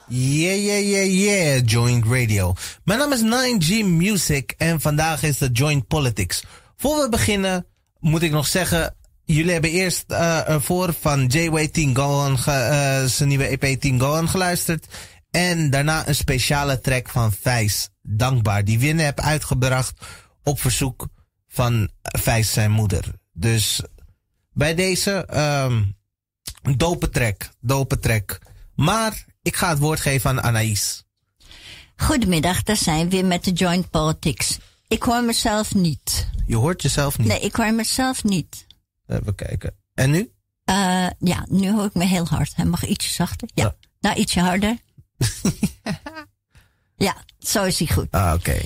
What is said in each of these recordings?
Yeah, Joint Radio. Mijn naam is 9G Music en vandaag is de Joint Politics. Voor we beginnen moet ik nog zeggen, jullie hebben eerst ervoor van J-Way Tingoan, zijn nieuwe EP Tingoan geluisterd. En daarna een speciale track van Vijs, Dankbaar, die Winne heb uitgebracht op verzoek van Vijs zijn moeder. Dus bij deze dope track. Maar ik ga het woord geven aan Anaïs. Goedemiddag, daar zijn we weer met de Joint Politics. Ik hoor mezelf niet. Je hoort jezelf niet? Nee, ik hoor mezelf niet. Even kijken. En nu? Ja, nu hoor ik me heel hard. Hij mag ietsje zachter. Ja, nou ietsje harder. Ja, zo is hij goed. Oké.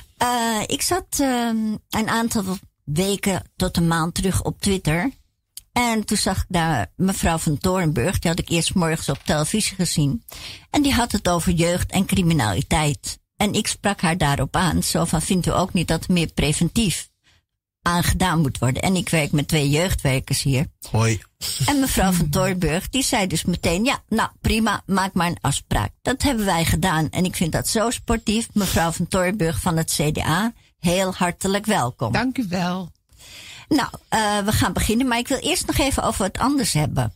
Ik zat een aantal weken tot een maand terug op Twitter. En toen zag ik daar mevrouw van Torenburg. Die had ik eerst morgens op televisie gezien. En die had het over jeugd en criminaliteit. En ik sprak haar daarop aan. Zo van, vindt u ook niet dat er meer preventief aan gedaan moet worden? En ik werk met 2 jeugdwerkers hier. Hoi. En mevrouw van Torenburg, die zei dus meteen, ja, nou prima, maak maar een afspraak. Dat hebben wij gedaan. En ik vind dat zo sportief. Mevrouw van Torenburg van het CDA, heel hartelijk welkom. Dank u wel. Nou, we gaan beginnen, maar ik wil eerst nog even over wat anders hebben.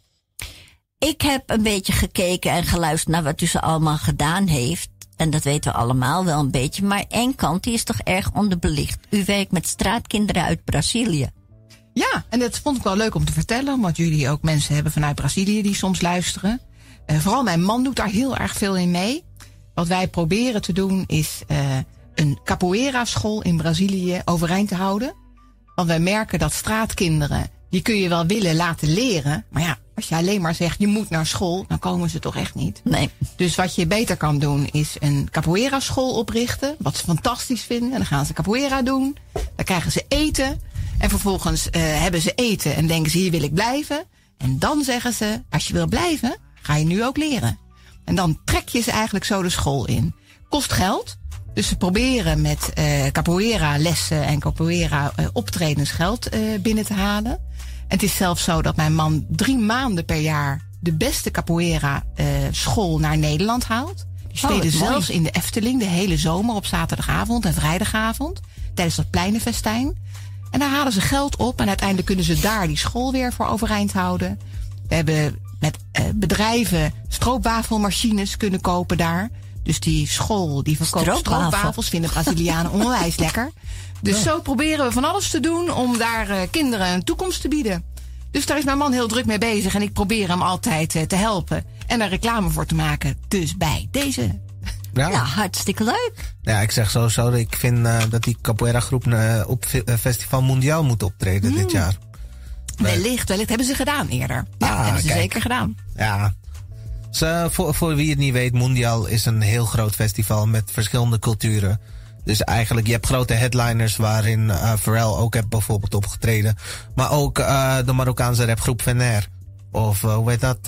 Ik heb een beetje gekeken en geluisterd naar wat u ze allemaal gedaan heeft. En dat weten we allemaal wel een beetje. Maar één kant, die is toch erg onderbelicht. U werkt met straatkinderen uit Brazilië. Ja, en dat vond ik wel leuk om te vertellen. Omdat jullie ook mensen hebben vanuit Brazilië die soms luisteren. Vooral mijn man doet daar heel erg veel in mee. Wat wij proberen te doen is een capoeira school in Brazilië overeind te houden. Want wij merken dat straatkinderen, die kun je wel willen laten leren. Maar ja, als je alleen maar zegt, je moet naar school, dan komen ze toch echt niet. Nee. Dus wat je beter kan doen, is een capoeira school oprichten. Wat ze fantastisch vinden. En dan gaan ze capoeira doen. Dan krijgen ze eten. En vervolgens hebben ze eten en denken ze, hier wil ik blijven. En dan zeggen ze, als je wil blijven, ga je nu ook leren. En dan trek je ze eigenlijk zo de school in. Kost geld. Dus we proberen met capoeira lessen en capoeira optredens geld binnen te halen. En het is zelfs zo dat mijn man 3 maanden per jaar de beste capoeira school naar Nederland haalt. Die spelen zelfs in de Efteling de hele zomer op zaterdagavond en vrijdagavond. Tijdens dat pleinenfestijn. En daar halen ze geld op en uiteindelijk kunnen ze daar die school weer voor overeind houden. We hebben met bedrijven stroopwafelmachines kunnen kopen daar. Dus die school die verkoopt stroopwafels, vinden Brazilianen onwijs lekker. Dus zo proberen we van alles te doen om daar kinderen een toekomst te bieden. Dus daar is mijn man heel druk mee bezig en ik probeer hem altijd te helpen. En daar reclame voor te maken. Dus bij deze. Ja, hartstikke leuk. Ja, ik zeg sowieso, ik vind dat die capoeira groep op Festival Mondiaal moet optreden dit jaar. Wellicht. Hebben ze gedaan eerder. Ja, hebben ze zeker gedaan. Ja. Voor wie het niet weet, Mondial is een heel groot festival met verschillende culturen. Dus eigenlijk, je hebt grote headliners waarin Pharrell ook heeft bijvoorbeeld opgetreden. Maar ook de Marokkaanse rapgroep Vener. Of hoe heet dat?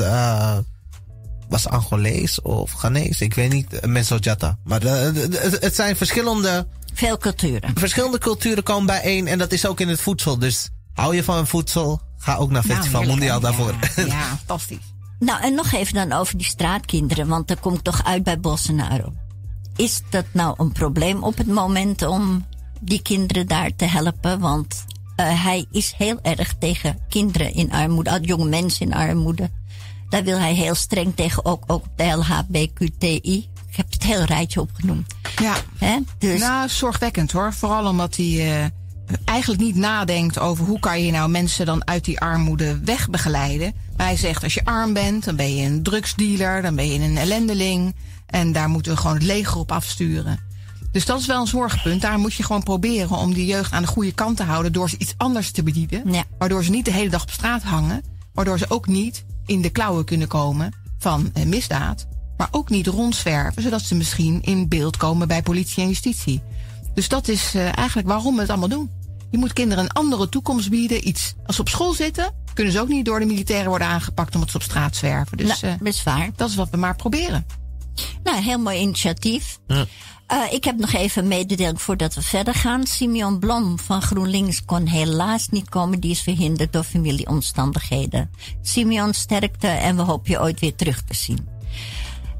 Was Angolees of Ghanese? Ik weet niet. Menso Jatta. Maar het zijn verschillende... Veel culturen. Verschillende culturen komen bijeen en dat is ook in het voedsel. Dus hou je van voedsel, ga ook naar Festival Mondial daarvoor. Ja, fantastisch. Nou, en nog even dan over die straatkinderen, want daar kom ik toch uit bij Bolsonaro. Is dat nou een probleem op het moment om die kinderen daar te helpen? Want hij is heel erg tegen kinderen in armoede, jonge mensen in armoede. Daar wil hij heel streng tegen, ook de LHBTQI. Ik heb het hele rijtje opgenoemd. Ja, dus... nou, zorgwekkend hoor. Vooral omdat hij eigenlijk niet nadenkt over hoe kan je nou mensen dan uit die armoede wegbegeleiden. Maar hij zegt, als je arm bent, dan ben je een drugsdealer, dan ben je een ellendeling. En daar moeten we gewoon het leger op afsturen. Dus dat is wel een zorgpunt. Daar moet je gewoon proberen om die jeugd aan de goede kant te houden door ze iets anders te bedienen. Ja. Waardoor ze niet de hele dag op straat hangen. Waardoor ze ook niet in de klauwen kunnen komen van misdaad. Maar ook niet rondzwerven, zodat ze misschien in beeld komen bij politie en justitie. Dus dat is eigenlijk waarom we het allemaal doen. Je moet kinderen een andere toekomst bieden. Als ze op school zitten, kunnen ze ook niet door de militairen worden aangepakt omdat ze op straat zwerven. Dus best waar. Dat is wat we maar proberen. Nou, heel mooi initiatief. Ja. Ik heb nog even een mededeling voordat we verder gaan. Simeon Blom van GroenLinks kon helaas niet komen. Die is verhinderd door familieomstandigheden. Simeon, sterkte en we hopen je ooit weer terug te zien.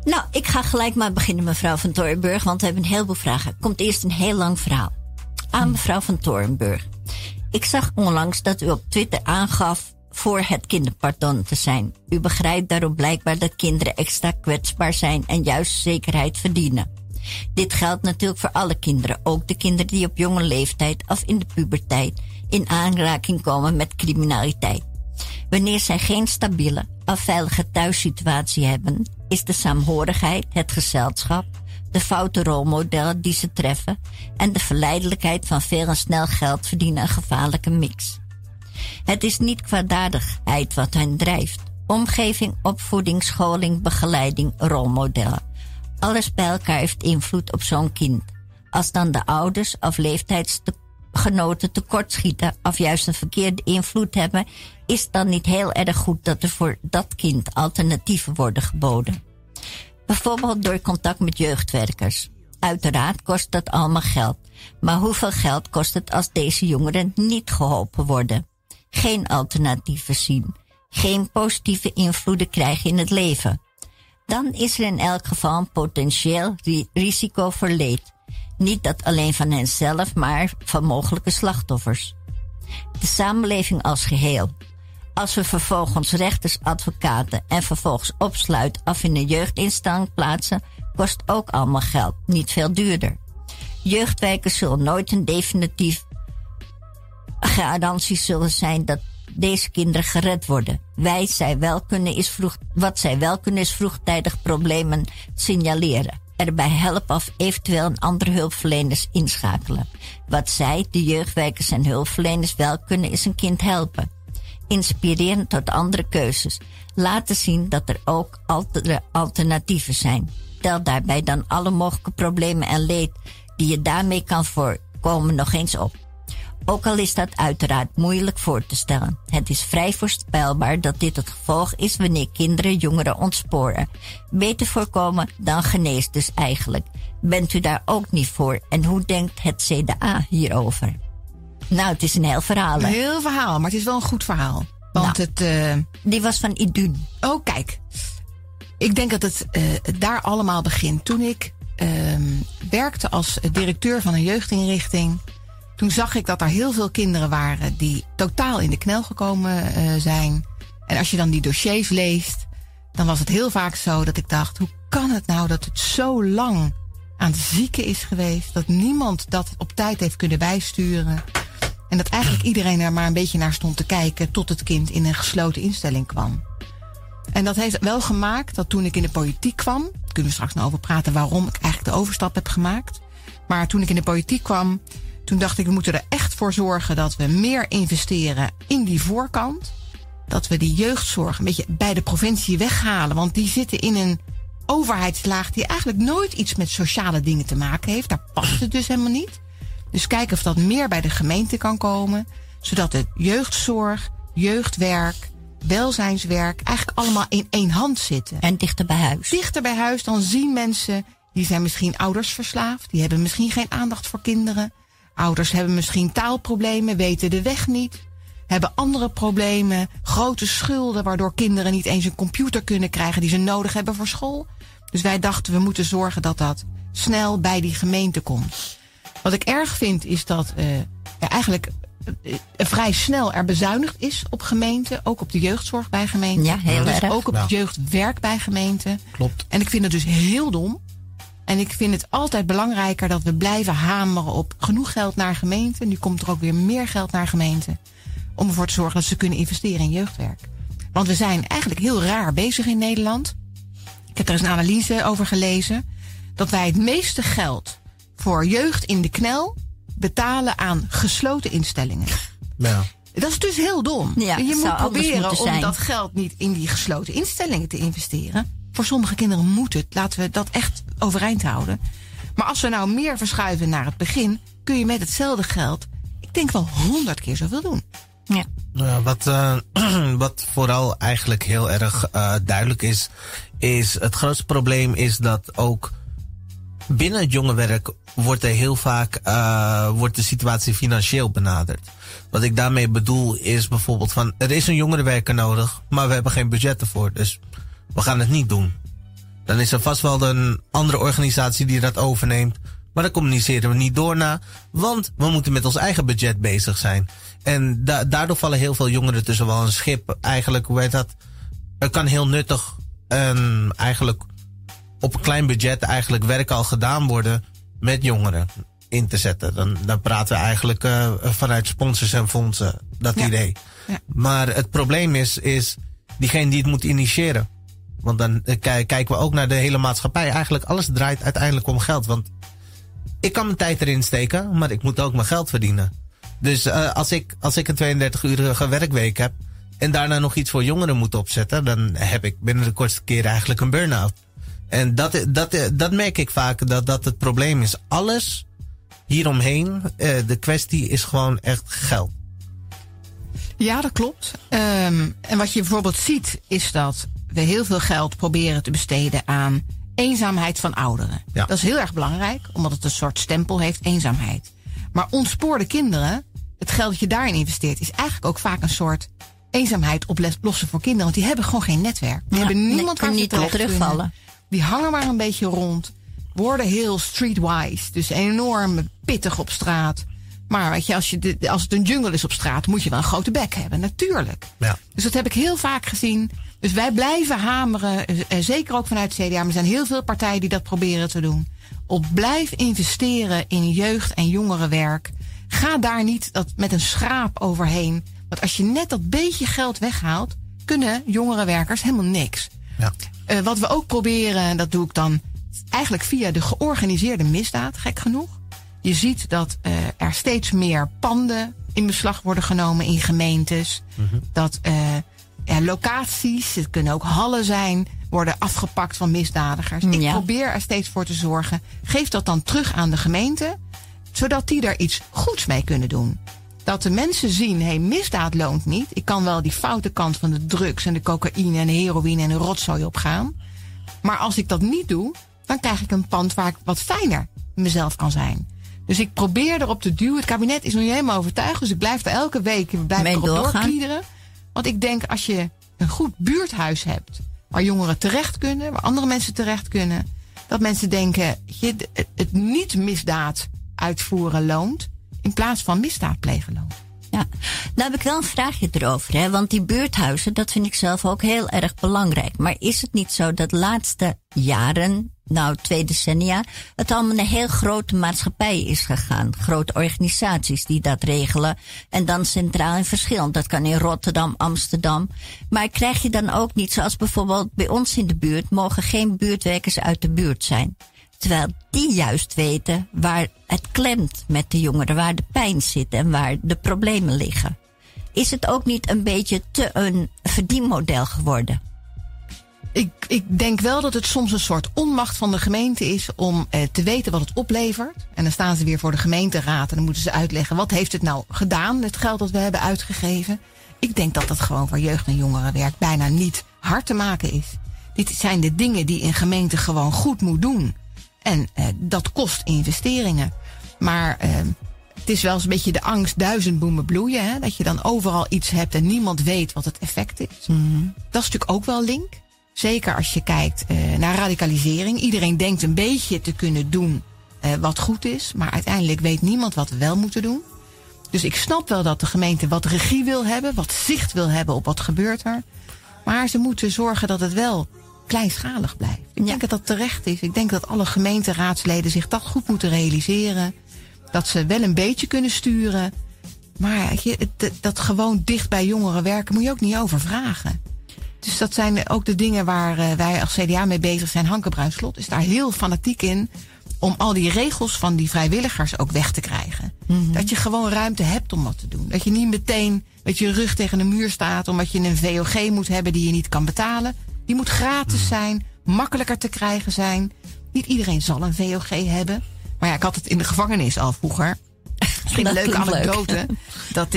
Nou, ik ga gelijk maar beginnen, mevrouw van Torenburg, want we hebben een heleboel vragen. Komt eerst een heel lang verhaal. Aan mevrouw van Torenburg. Ik zag onlangs dat u op Twitter aangaf voor het kinderpardon te zijn. U begrijpt daarop blijkbaar dat kinderen extra kwetsbaar zijn en juist zekerheid verdienen. Dit geldt natuurlijk voor alle kinderen, ook de kinderen die op jonge leeftijd of in de puberteit in aanraking komen met criminaliteit. Wanneer zij geen stabiele of veilige thuissituatie hebben, is de saamhorigheid, het gezelschap, de foute rolmodellen die ze treffen en de verleidelijkheid van veel en snel geld verdienen een gevaarlijke mix. Het is niet kwaadaardigheid wat hen drijft. Omgeving, opvoeding, scholing, begeleiding, rolmodellen. Alles bij elkaar heeft invloed op zo'n kind. Als dan de ouders of leeftijdsgenoten tekortschieten of juist een verkeerde invloed hebben, is het dan niet heel erg goed dat er voor dat kind alternatieven worden geboden. Bijvoorbeeld door contact met jeugdwerkers. Uiteraard kost dat allemaal geld. Maar hoeveel geld kost het als deze jongeren niet geholpen worden? Geen alternatieven zien. Geen positieve invloeden krijgen in het leven. Dan is er in elk geval een potentieel risico voor leed. Niet dat alleen van henzelf, maar van mogelijke slachtoffers. De samenleving als geheel. Als we vervolgens rechters, advocaten en vervolgens opsluiten of in een jeugdinstelling plaatsen, kost ook allemaal geld, niet veel duurder. Jeugdwerkers zullen nooit een definitief garantie zullen zijn dat deze kinderen gered worden. Wat zij wel kunnen is vroegtijdig problemen signaleren, erbij helpen of eventueel een andere hulpverleners inschakelen. Wat zij, de jeugdwerkers en hulpverleners, wel kunnen is een kind helpen. Inspireren tot andere keuzes. Laten zien dat er ook alternatieven zijn. Tel daarbij dan alle mogelijke problemen en leed die je daarmee kan voorkomen nog eens op. Ook al is dat uiteraard moeilijk voor te stellen. Het is vrij voorspelbaar dat dit het gevolg is wanneer kinderen jongeren ontsporen. Beter voorkomen dan genezen dus eigenlijk. Bent u daar ook niet voor? En hoe denkt het CDA hierover? Nou, het is een heel verhaal. Hè? Een heel verhaal, maar het is wel een goed verhaal. Want die was van Idun. Oh, kijk. Ik denk dat het daar allemaal begint. Toen ik werkte als directeur van een jeugdinrichting, toen zag ik dat er heel veel kinderen waren die totaal in de knel gekomen zijn. En als je dan die dossiers leest, dan was het heel vaak zo dat ik dacht, hoe kan het nou dat het zo lang aan het zieken is geweest, dat niemand dat op tijd heeft kunnen bijsturen. En dat eigenlijk iedereen er maar een beetje naar stond te kijken tot het kind in een gesloten instelling kwam. En dat heeft wel gemaakt dat toen ik in de politiek kwam, daar kunnen we straks nog over praten waarom ik eigenlijk de overstap heb gemaakt. Maar toen ik in de politiek kwam, toen dacht ik, we moeten er echt voor zorgen dat we meer investeren in die voorkant. Dat we die jeugdzorg een beetje bij de provincie weghalen. Want die zitten in een overheidslaag die eigenlijk nooit iets met sociale dingen te maken heeft. Daar past het dus helemaal niet. Dus kijken of dat meer bij de gemeente kan komen. Zodat de jeugdzorg, jeugdwerk, welzijnswerk eigenlijk allemaal in één hand zitten. En dichter bij huis. Dichter bij huis, dan zien mensen, die zijn misschien oudersverslaafd. Die hebben misschien geen aandacht voor kinderen. Ouders hebben misschien taalproblemen, weten de weg niet. Hebben andere problemen, grote schulden, waardoor kinderen niet eens een computer kunnen krijgen die ze nodig hebben voor school. Dus wij dachten, we moeten zorgen dat dat snel bij die gemeente komt. Wat ik erg vind is dat eigenlijk vrij snel er bezuinigd is op gemeenten. Ook op de jeugdzorg bij gemeenten. Ja, heel dus erg. ook op het jeugdwerk bij gemeenten. Klopt. En ik vind het dus heel dom. En ik vind het altijd belangrijker dat we blijven hameren op genoeg geld naar gemeenten. Nu komt er ook weer meer geld naar gemeenten. Om ervoor te zorgen dat ze kunnen investeren in jeugdwerk. Want we zijn eigenlijk heel raar bezig in Nederland. Ik heb er eens een analyse over gelezen. Dat wij het meeste geld voor jeugd in de knel betalen aan gesloten instellingen. Ja. Dat is dus heel dom. Ja, je moet proberen om zijn. dat geld niet in die gesloten instellingen te investeren. Voor sommige kinderen moet het. Laten we dat echt overeind houden. Maar als we nou meer verschuiven naar het begin, kun je met hetzelfde geld, ik denk wel 100 keer zoveel doen. Ja. Wat vooral eigenlijk heel erg duidelijk is het grootste probleem is dat ook binnen het jongerenwerk wordt er heel vaak wordt de situatie financieel benaderd. Wat ik daarmee bedoel is bijvoorbeeld van, er is een jongerenwerker nodig, maar we hebben geen budget ervoor, dus we gaan het niet doen. Dan is er vast wel een andere organisatie die dat overneemt. Maar daar communiceren we niet door naar. Want we moeten met ons eigen budget bezig zijn. En daardoor vallen heel veel jongeren tussen wel een schip. Eigenlijk, hoe heet dat? Er kan heel nuttig eigenlijk op een klein budget eigenlijk werk al gedaan worden met jongeren in te zetten. Dan praten we eigenlijk vanuit sponsors en fondsen. Dat idee. Ja. Maar het probleem is diegene die het moet initiëren. Want dan kijken we ook naar de hele maatschappij. Eigenlijk alles draait uiteindelijk om geld. Want ik kan mijn tijd erin steken, maar ik moet ook mijn geld verdienen. Dus als ik een 32-urige werkweek heb en daarna nog iets voor jongeren moet opzetten, dan heb ik binnen de kortste keer eigenlijk een burn-out. En dat merk ik vaak, dat het probleem is. Alles hieromheen, de kwestie is gewoon echt geld. Ja, dat klopt. En wat je bijvoorbeeld ziet, is dat we heel veel geld proberen te besteden aan eenzaamheid van ouderen. Ja. Dat is heel erg belangrijk, omdat het een soort stempel heeft, eenzaamheid. Maar ontspoorde kinderen, het geld dat je daarin investeert, is eigenlijk ook vaak een soort eenzaamheid oplossen voor kinderen. Want die hebben gewoon geen netwerk. Die hebben niemand waar ze terecht terugvallen. Die hangen maar een beetje rond. Worden heel streetwise. Dus enorm pittig op straat. Maar weet je, als het een jungle is op straat, moet je wel een grote bek hebben. Natuurlijk. Ja. Dus dat heb ik heel vaak gezien. Dus wij blijven hameren, zeker ook vanuit het CDA. Maar er zijn heel veel partijen die dat proberen te doen. Op blijf investeren in jeugd- en jongerenwerk. Ga daar niet met een schraap overheen. Want als je net dat beetje geld weghaalt, kunnen jongerenwerkers helemaal niks. Ja. Wat we ook proberen, dat doe ik dan eigenlijk via de georganiseerde misdaad, gek genoeg. Je ziet dat er steeds meer panden in beslag worden genomen in gemeentes. Mm-hmm. Dat locaties, het kunnen ook hallen zijn, worden afgepakt van misdadigers. Ik probeer er steeds voor te zorgen. Geef dat dan terug aan de gemeente, zodat die daar iets goeds mee kunnen doen. Dat de mensen zien, misdaad loont niet. Ik kan wel die foute kant van de drugs en de cocaïne en de heroïne en de rotzooi opgaan. Maar als ik dat niet doe, dan krijg ik een pand waar ik wat fijner mezelf kan zijn. Dus ik probeer erop te duwen. Het kabinet is nog niet helemaal overtuigd. Dus ik blijf er elke week erop doorkliederen. Want ik denk, als je een goed buurthuis hebt, waar jongeren terecht kunnen, waar andere mensen terecht kunnen, dat mensen denken, het niet misdaad uitvoeren loont, in plaats van misdaad plegen loont. Ja, nou heb ik wel een vraagje erover, hè? Want die buurthuizen, dat vind ik zelf ook heel erg belangrijk. Maar is het niet zo dat de laatste jaren, 2 decennia, het allemaal een heel grote maatschappij is gegaan? Grote organisaties die dat regelen. En dan centraal in verschillend. Dat kan in Rotterdam, Amsterdam. Maar krijg je dan ook niet, zoals bijvoorbeeld bij ons in de buurt, mogen geen buurtwerkers uit de buurt zijn. Terwijl die juist weten waar het klemt met de jongeren, waar de pijn zit en waar de problemen liggen. Is het ook niet een beetje een verdienmodel geworden? Ik denk wel dat het soms een soort onmacht van de gemeente is om te weten wat het oplevert. En dan staan ze weer voor de gemeenteraad en dan moeten ze uitleggen, wat heeft het nou gedaan, het geld dat we hebben uitgegeven. Ik denk dat dat gewoon voor jeugd- en jongerenwerk bijna niet hard te maken is. Dit zijn de dingen die een gemeente gewoon goed moet doen. En dat kost investeringen. Maar het is wel eens een beetje de angst, 1000 boemen bloeien. Hè? Dat je dan overal iets hebt en niemand weet wat het effect is. Mm-hmm. Dat is natuurlijk ook wel link. Zeker als je kijkt naar radicalisering. Iedereen denkt een beetje te kunnen doen wat goed is. Maar uiteindelijk weet niemand wat we wel moeten doen. Dus ik snap wel dat de gemeente wat regie wil hebben. Wat zicht wil hebben op wat gebeurt er. Maar ze moeten zorgen dat het wel kleinschalig blijft. Ik denk dat dat terecht is. Ik denk dat alle gemeenteraadsleden zich dat goed moeten realiseren. Dat ze wel een beetje kunnen sturen. Maar dat gewoon dicht bij jongeren werken moet je ook niet over vragen. Dus dat zijn ook de dingen waar wij als CDA mee bezig zijn. Hanke Bruinslot is daar heel fanatiek in om al die regels van die vrijwilligers ook weg te krijgen. Mm-hmm. Dat je gewoon ruimte hebt om wat te doen. Dat je niet meteen met je rug tegen een muur staat omdat je een VOG moet hebben die je niet kan betalen. Die moet gratis zijn, makkelijker te krijgen zijn. Niet iedereen zal een VOG hebben. Maar ja, ik had het in de gevangenis al vroeger. Misschien een leuke anekdote. Dat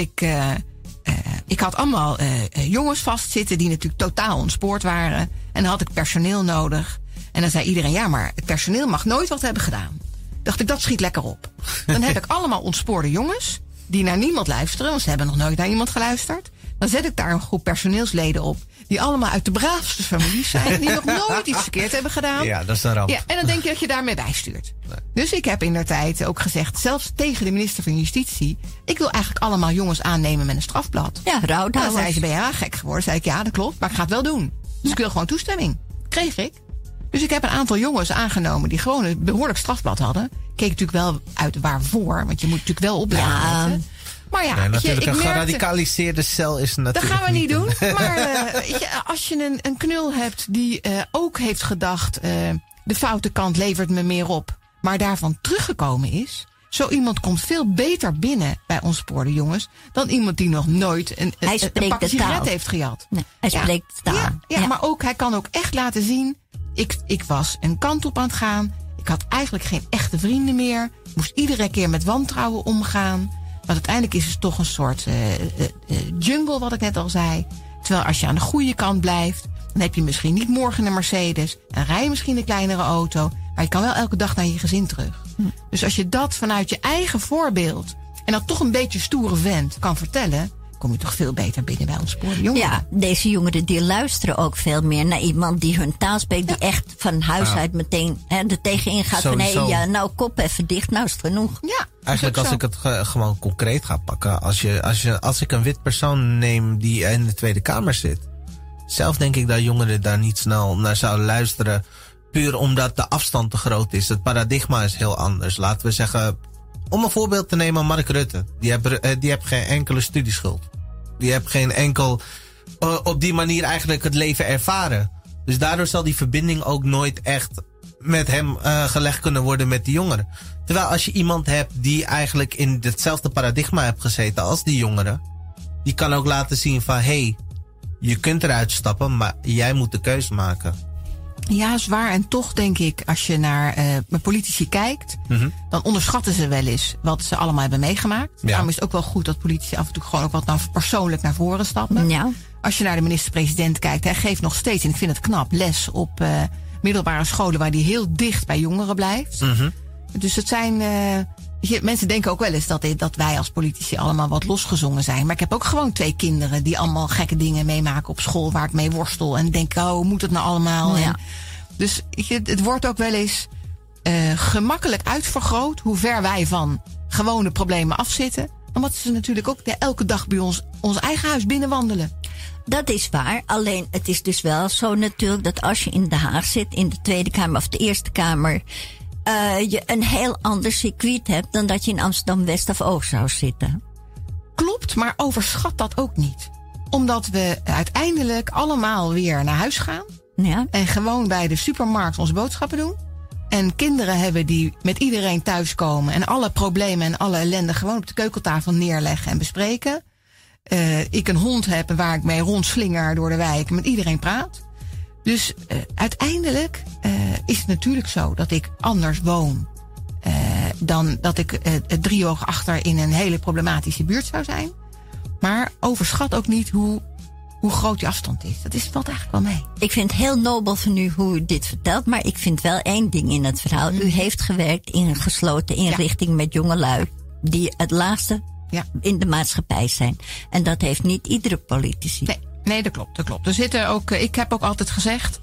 ik had allemaal jongens vastzitten die natuurlijk totaal ontspoord waren. En dan had ik personeel nodig. En dan zei iedereen, ja, maar het personeel mag nooit wat hebben gedaan. Dacht ik, dat schiet lekker op. Dan heb ik allemaal ontspoorde jongens die naar niemand luisteren, want ze hebben nog nooit naar iemand geluisterd. Dan zet ik daar een groep personeelsleden op. Die allemaal uit de braafste families zijn. Die nog nooit iets verkeerd hebben gedaan. Ja, dat is een ramp. Ja, en dan denk je dat je daarmee bijstuurt. Nee. Dus ik heb indertijd ook gezegd, zelfs tegen de minister van Justitie, ik wil eigenlijk allemaal jongens aannemen met een strafblad. Ja, rouwdouwers. Dan zei ze, ben je gek geworden? Zei ik, ja, dat klopt, maar ik ga het wel doen. Dus ik wil gewoon toestemming. Kreeg ik. Dus ik heb een aantal jongens aangenomen die gewoon een behoorlijk strafblad hadden. Keek natuurlijk wel uit waarvoor, want je moet natuurlijk wel opleiden. Ja. Maar ja, natuurlijk een geradicaliseerde cel is natuurlijk. Dat gaan we niet doen. Maar als je een knul hebt die ook heeft gedacht, de foute kant levert me meer op, maar daarvan teruggekomen is. Zo iemand komt veel beter binnen bij ons spoorde jongens dan iemand die nog nooit een pak sigaret heeft gejat. Nee, hij spreekt de taal. Ja, maar ook, hij kan ook echt laten zien, ik was een kant op aan het gaan. Ik had eigenlijk geen echte vrienden meer. Moest iedere keer met wantrouwen omgaan. Maar uiteindelijk is het toch een soort jungle, wat ik net al zei. Terwijl als je aan de goede kant blijft, dan heb je misschien niet morgen een Mercedes. En rij je misschien een kleinere auto. Maar je kan wel elke dag naar je gezin terug. Dus als je dat vanuit je eigen voorbeeld en dat toch een beetje stoere vent kan vertellen, kom je toch veel beter binnen bij ons spoor. Ja, deze jongeren die luisteren ook veel meer naar iemand die hun taal spreekt. Die echt van huis uit meteen er tegenin gaat. Sowieso. Van, hey, nou kop even dicht, nou is het genoeg. Ja, eigenlijk als ik het gewoon concreet ga pakken. Als ik een wit persoon neem die in de Tweede Kamer zit. Zelf denk ik dat jongeren daar niet snel naar zouden luisteren. Puur omdat de afstand te groot is. Het paradigma is heel anders. Laten we zeggen, om een voorbeeld te nemen, Mark Rutte. Die heeft geen enkele studieschuld. Die heeft geen enkel op die manier eigenlijk het leven ervaren. Dus daardoor zal die verbinding ook nooit echt met hem gelegd kunnen worden met die jongeren. Terwijl als je iemand hebt die eigenlijk in hetzelfde paradigma heeft gezeten als die jongeren, die kan ook laten zien van, hey, je kunt eruit stappen, maar jij moet de keuze maken. Ja, zwaar. En toch denk ik, als je naar politici kijkt, dan onderschatten ze wel eens wat ze allemaal hebben meegemaakt. Ja. Daarom is het ook wel goed dat politici af en toe gewoon ook wat persoonlijk naar voren stappen. Ja. Als je naar de minister-president kijkt, hij geeft nog steeds, en ik vind het knap, les op middelbare scholen waar hij heel dicht bij jongeren blijft. Dus het zijn, mensen denken ook wel eens dat wij als politici allemaal wat losgezongen zijn. Maar ik heb ook gewoon 2 kinderen die allemaal gekke dingen meemaken op school waar ik mee worstel. En denk, hoe moet het nou allemaal? Ja. En, dus het wordt ook wel eens gemakkelijk uitvergroot hoe ver wij van gewone problemen afzitten. Omdat ze natuurlijk ook elke dag bij ons eigen huis binnenwandelen. Dat is waar. Alleen het is dus wel zo natuurlijk dat als je in Den Haag zit, in de Tweede Kamer of de Eerste Kamer, je een heel ander circuit hebt dan dat je in Amsterdam-West of Oost zou zitten. Klopt, maar overschat dat ook niet. Omdat we uiteindelijk allemaal weer naar huis gaan. Ja. En gewoon bij de supermarkt onze boodschappen doen. En kinderen hebben die met iedereen thuiskomen en alle problemen en alle ellende gewoon op de keukentafel neerleggen en bespreken. Ik een hond heb waar ik mee rondslinger door de wijk en met iedereen praat. Dus uiteindelijk is het natuurlijk zo dat ik anders woon dan dat ik 3 ogen achter in een hele problematische buurt zou zijn. Maar overschat ook niet hoe groot die afstand is. Dat valt eigenlijk wel mee. Ik vind het heel nobel van u hoe u dit vertelt, maar ik vind wel 1 ding in het verhaal. U heeft gewerkt in een gesloten inrichting met jongelui die het laagste in de maatschappij zijn. En dat heeft niet iedere politici. Nee, dat klopt. Er zitten ook, ik heb ook altijd gezegd,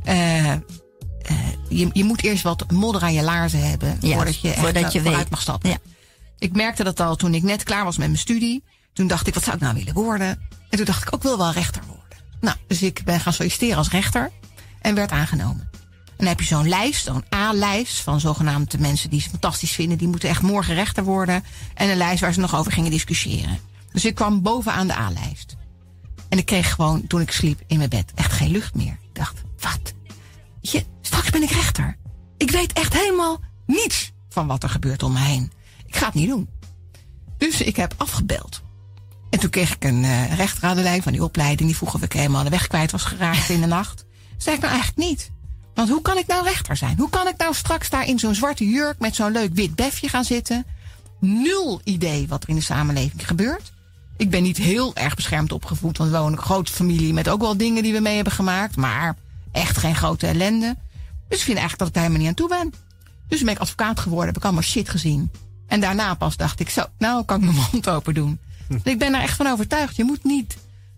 je moet eerst wat modder aan je laarzen hebben voordat je echt vooruit mag stappen. Ja. Ik merkte dat al toen ik net klaar was met mijn studie. Toen dacht ik, wat zou ik nou willen worden? En toen dacht ik, ook wil wel rechter worden. Nou, dus ik ben gaan solliciteren als rechter en werd aangenomen. En dan heb je zo'n lijst, zo'n A-lijst van zogenaamde mensen die ze fantastisch vinden. Die moeten echt morgen rechter worden. En een lijst waar ze nog over gingen discussiëren. Dus ik kwam bovenaan de A-lijst. En ik kreeg gewoon, toen ik sliep in mijn bed, echt geen lucht meer. Ik dacht, wat? Straks ben ik rechter. Ik weet echt helemaal niets van wat er gebeurt om me heen. Ik ga het niet doen. Dus ik heb afgebeld. En toen kreeg ik een rechter aan de lijn van die opleiding. Die vroeg of ik helemaal de weg kwijt was geraakt in de nacht. Toen zei ik nou eigenlijk niet. Want hoe kan ik nou rechter zijn? Hoe kan ik nou straks daar in zo'n zwarte jurk met zo'n leuk wit befje gaan zitten? 0 idee wat er in de samenleving gebeurt. Ik ben niet heel erg beschermd opgevoed. Want we wonen een grote familie met ook wel dingen die we mee hebben gemaakt. Maar echt geen grote ellende. Dus ik vind eigenlijk dat ik daar helemaal niet aan toe ben. Dus ben ik advocaat geworden. Heb ik allemaal shit gezien. En daarna pas dacht ik zo, nou kan ik mijn mond open doen. Ik ben er echt van overtuigd. Je moet niet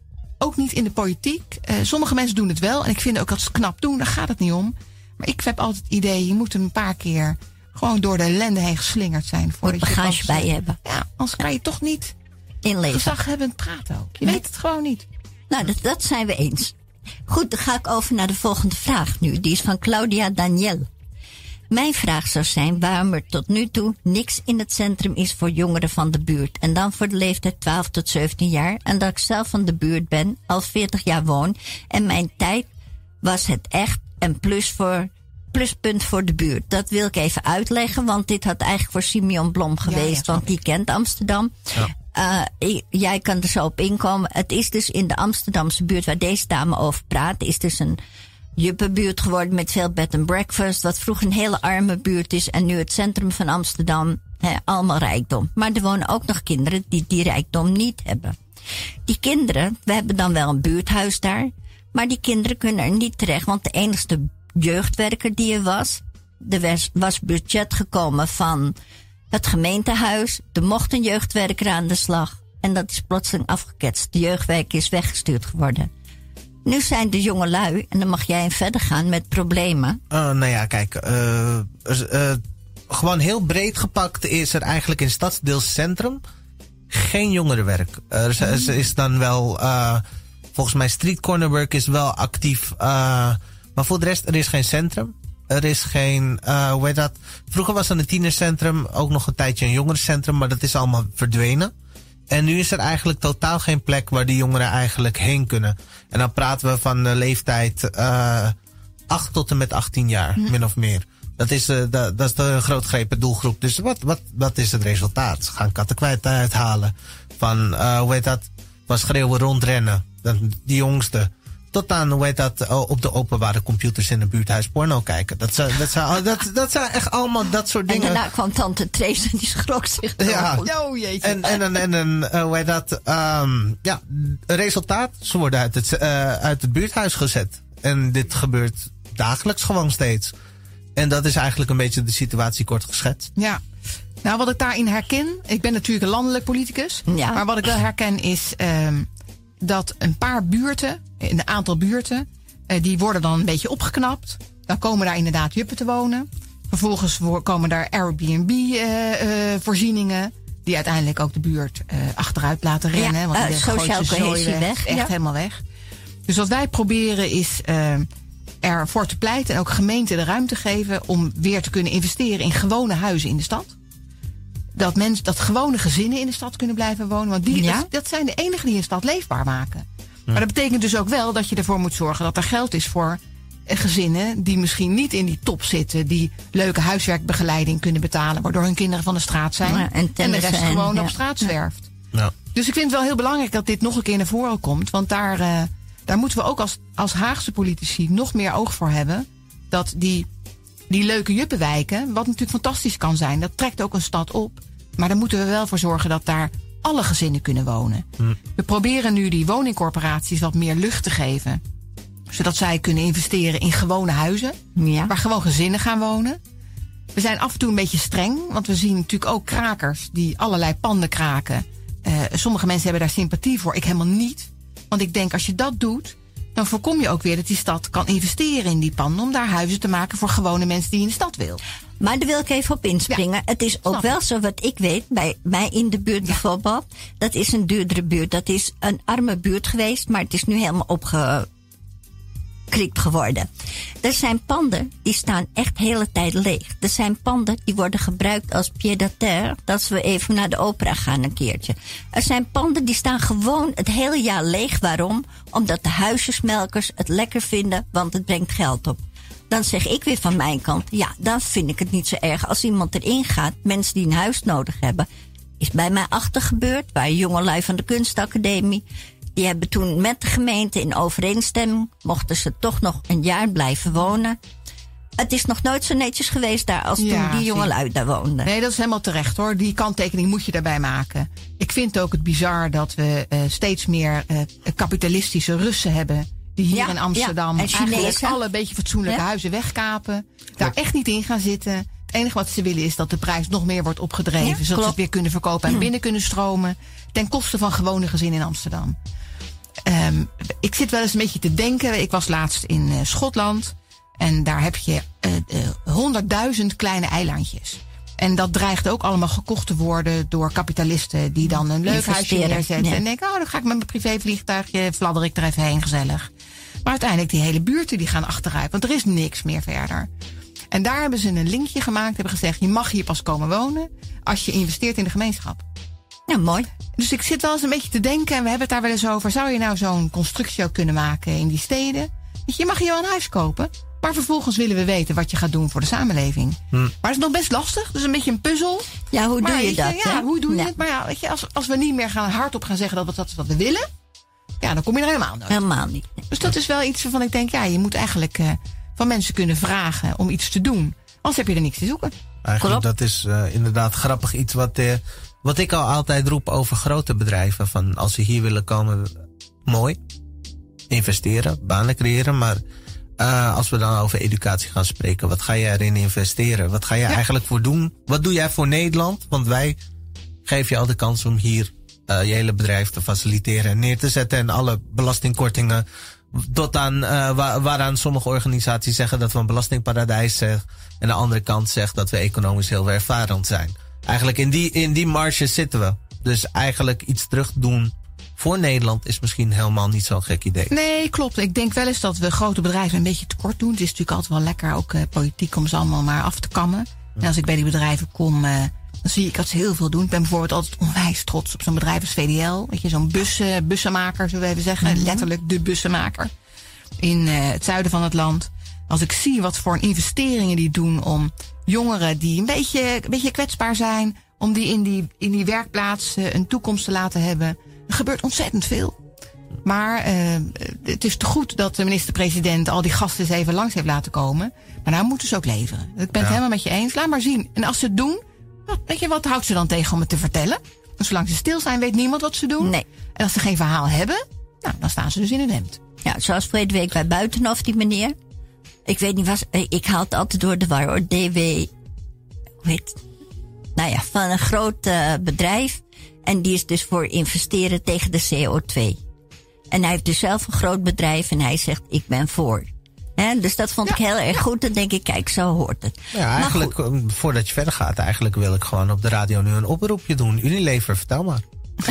ook niet in de politiek. Sommige mensen doen het wel. En ik vind ook dat ze het knap doen. Daar gaat het niet om. Maar ik heb altijd het idee, je moet een paar keer gewoon door de ellende heen geslingerd zijn. Moet bagage bij je hebben. Ja, anders kan je toch niet inleven. Gezaghebbend praten ook. Je weet het gewoon niet. Nou, dat zijn we eens. Goed, dan ga ik over naar de volgende vraag nu. Die is van Claudia Daniel. Mijn vraag zou zijn waarom er tot nu toe niks in het centrum is voor jongeren van de buurt. En dan voor de leeftijd 12 tot 17 jaar. En dat ik zelf van de buurt ben, al 40 jaar woon. En mijn tijd was het echt een pluspunt voor de buurt. Dat wil ik even uitleggen, want dit had eigenlijk voor Simeon Blom geweest. Want die kent Amsterdam. Ja. Jij kan er zo op inkomen. Het is dus in de Amsterdamse buurt waar deze dame over praat. Is dus een juppenbuurt geworden met veel bed and breakfast. Wat vroeger een hele arme buurt is. En nu het centrum van Amsterdam. Allemaal rijkdom. Maar er wonen ook nog kinderen die rijkdom niet hebben. Die kinderen, we hebben dan wel een buurthuis daar. Maar die kinderen kunnen er niet terecht. Want de enigste jeugdwerker die er was budget gekomen van het gemeentehuis. Er mocht een jeugdwerker aan de slag. En dat is plotseling afgeketst. De jeugdwerker is weggestuurd geworden. Nu zijn de jongelui, en dan mag jij in verder gaan met problemen. Nou ja, kijk. Gewoon heel breed gepakt is er eigenlijk in stadsdeelcentrum geen jongerenwerk. Er is dan wel, volgens mij street corner work is wel actief. Maar voor de rest, er is geen centrum. Er is geen, hoe heet dat? Vroeger was er een tienercentrum, ook nog een tijdje een jongerencentrum, maar dat is allemaal verdwenen. En nu is er eigenlijk totaal geen plek waar die jongeren eigenlijk heen kunnen. En dan praten we van de leeftijd 8 tot en met 18 jaar, min of meer. Dat is de grootgrepen doelgroep. Dus wat is het resultaat? Ze gaan kattenkwijt uithalen. Van, hoe heet dat? Van schreeuwen rondrennen. Die jongsten. Tot aan, hoe heet dat, op de openbare computers in een buurthuis porno kijken. Dat zijn echt allemaal dat soort dingen. En daarna kwam tante Trace en die schrok zich. Ja. Oh jeetje. En hoe heet dat, resultaat, ze worden uit het buurthuis gezet. En dit gebeurt dagelijks gewoon steeds. En dat is eigenlijk een beetje de situatie kort geschetst. Ja. Nou, wat ik daarin herken, ik ben natuurlijk een landelijk politicus. Ja. Maar wat ik wel herken is dat een paar buurten, een aantal buurten, die worden dan een beetje opgeknapt. Dan komen daar inderdaad juppen te wonen. Vervolgens komen daar Airbnb-voorzieningen. Die uiteindelijk ook de buurt achteruit laten rennen. Ja, want sociaal cohesie weg. Echt helemaal weg. Dus wat wij proberen is ervoor te pleiten en ook gemeenten de ruimte geven om weer te kunnen investeren in gewone huizen in de stad. Dat gewone gezinnen in de stad kunnen blijven wonen. Want dat zijn de enigen die een stad leefbaar maken. Ja. Maar dat betekent dus ook wel dat je ervoor moet zorgen dat er geld is voor gezinnen die misschien niet in die top zitten. Die leuke huiswerkbegeleiding kunnen betalen. Waardoor hun kinderen van de straat zijn. Ja, en de rest gewoon op straat zwerft. Ja. Dus ik vind het wel heel belangrijk dat dit nog een keer naar voren komt. Want daar moeten we ook als Haagse politici nog meer oog voor hebben. Dat die leuke juppenwijken, wat natuurlijk fantastisch kan zijn, dat trekt ook een stad op. Maar daar moeten we wel voor zorgen dat daar alle gezinnen kunnen wonen. We proberen nu die woningcorporaties wat meer lucht te geven. Zodat zij kunnen investeren in gewone huizen. Ja. Waar gewoon gezinnen gaan wonen. We zijn af en toe een beetje streng. Want we zien natuurlijk ook krakers die allerlei panden kraken. Sommige mensen hebben daar sympathie voor. Ik helemaal niet. Want ik denk als je dat doet, dan voorkom je ook weer dat die stad kan investeren in die panden om daar huizen te maken voor gewone mensen die in de stad wil. Maar daar wil ik even op inspringen. Ja, het is ook wel zo wat ik weet, bij mij in de buurt bijvoorbeeld. Dat is een duurdere buurt. Dat is een arme buurt geweest, maar het is nu helemaal opgekrikt geworden. Er zijn panden die staan echt de hele tijd leeg. Er zijn panden die worden gebruikt als pied-à-terre, dat we even naar de opera gaan een keertje. Er zijn panden die staan gewoon het hele jaar leeg. Waarom? Omdat de huisjesmelkers het lekker vinden, want het brengt geld op. Dan zeg ik weer van mijn kant, ja, dan vind ik het niet zo erg als iemand erin gaat. Mensen die een huis nodig hebben. Is bij mij gebeurd, waar jongelui van de kunstacademie. Die hebben toen met de gemeente in overeenstemming, mochten ze toch nog een jaar blijven wonen. Het is nog nooit zo netjes geweest daar als toen die jongelui daar woonden. Nee, dat is helemaal terecht hoor. Die kanttekening moet je daarbij maken. Ik vind ook het bizar dat we steeds meer kapitalistische Russen hebben. Die hier in Amsterdam eigenlijk alle beetje fatsoenlijke huizen wegkapen. Daar echt niet in gaan zitten. Het enige wat ze willen is dat de prijs nog meer wordt opgedreven. Zodat ze het weer kunnen verkopen en binnen kunnen stromen. Ten koste van gewone gezinnen in Amsterdam. ik zit wel eens een beetje te denken. Ik was laatst in Schotland. En daar heb je 100.000 kleine eilandjes. En dat dreigt ook allemaal gekocht te worden door kapitalisten die dan een leuk huisje neerzetten. Ja. En denken, dan ga ik met mijn privévliegtuigje, fladder ik er even heen, gezellig. Maar uiteindelijk die hele buurten die gaan achteruit. Want er is niks meer verder. En daar hebben ze een linkje gemaakt. Hebben gezegd, je mag hier pas komen wonen als je investeert in de gemeenschap. Ja, mooi. Dus ik zit wel eens een beetje te denken, en we hebben het daar wel eens over. Zou je nou zo'n constructie ook kunnen maken in die steden? Je mag hier wel een huis kopen. Maar vervolgens willen we weten wat je gaat doen voor de samenleving. Maar het is nog best lastig. Dus een beetje een puzzel. Ja, hoe doe je dat? Ja, hoe doe je het? Maar ja, weet je, als we niet meer hardop gaan zeggen dat is wat we willen. Ja, dan kom je er helemaal nooit. Helemaal niet. Dus dat is wel iets waarvan ik denk, je moet eigenlijk van mensen kunnen vragen om iets te doen. Anders heb je er niks te zoeken. Eigenlijk, dat is inderdaad grappig iets wat ik al altijd roep over grote bedrijven. Van als ze hier willen komen, mooi. Investeren, banen creëren, maar als we dan over educatie gaan spreken, wat ga je erin investeren? Wat ga je eigenlijk voor doen? Wat doe jij voor Nederland? Want wij geven je al de kans om hier je hele bedrijf te faciliteren en neer te zetten. En alle belastingkortingen tot aan waaraan sommige organisaties zeggen dat we een belastingparadijs zijn. En de andere kant zegt dat we economisch heel welvarend zijn. Eigenlijk in die marge zitten we. Dus eigenlijk iets terug doen voor Nederland is misschien helemaal niet zo'n gek idee. Nee, klopt. Ik denk wel eens dat we grote bedrijven een beetje tekort doen. Het is natuurlijk altijd wel lekker, ook politiek, om ze allemaal maar af te kammen. En als ik bij die bedrijven kom, dan zie ik dat ze heel veel doen. Ik ben bijvoorbeeld altijd onwijs trots op zo'n bedrijf als VDL. Weet je, zo'n bussenmaker, zullen we even zeggen. Letterlijk de bussenmaker. In het zuiden van het land. Als ik zie wat voor investeringen die doen om jongeren die een beetje kwetsbaar zijn, om die in die werkplaats een toekomst te laten hebben. Er gebeurt ontzettend veel. Maar het is te goed dat de minister-president al die gasten eens even langs heeft laten komen. Maar nou moeten ze ook leveren. Ik ben het helemaal met je eens. Laat maar zien. En als ze het doen, weet je, wat houdt ze dan tegen om het te vertellen? Dus zolang ze stil zijn, weet niemand wat ze doen. Nee. En als ze geen verhaal hebben, dan staan ze dus in hun hemd. Ja, zoals vorige week bij Buitenhof, die meneer. Ik weet niet, ik haal het altijd door de war, hoor. DW, van een groot bedrijf. En die is dus voor investeren tegen de CO2. En hij heeft dus zelf een groot bedrijf en hij zegt, ik ben voor. Dus dat vond ik heel erg goed. Dan denk ik, kijk, zo hoort het. Ja, eigenlijk, voordat je verder gaat, eigenlijk wil ik gewoon op de radio nu een oproepje doen. Unilever, vertel maar.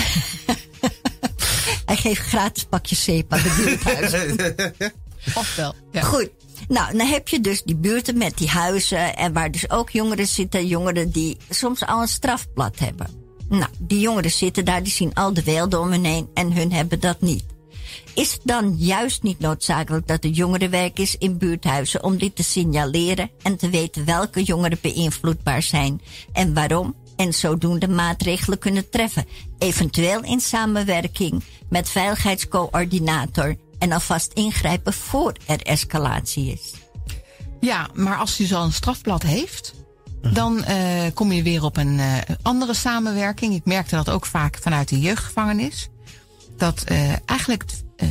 Hij geeft gratis pakjes zeep aan de buurthuizen. Of wel. Ja. Goed. Nou, dan heb je dus die buurten met die huizen. En waar dus ook jongeren zitten. Jongeren die soms al een strafblad hebben. Nou, die jongeren zitten daar, die zien al de weelde om hen heen. En hun hebben dat niet. Is het dan juist niet noodzakelijk dat er jongerenwerk is in buurthuizen om dit te signaleren en te weten welke jongeren beïnvloedbaar zijn en waarom? En zodoende maatregelen kunnen treffen. Eventueel in samenwerking met veiligheidscoördinator en alvast ingrijpen voor er escalatie is. Ja, maar als hij zo'n strafblad heeft, dan kom je weer op een andere samenwerking. Ik merkte dat ook vaak vanuit de jeugdgevangenis. Dat eigenlijk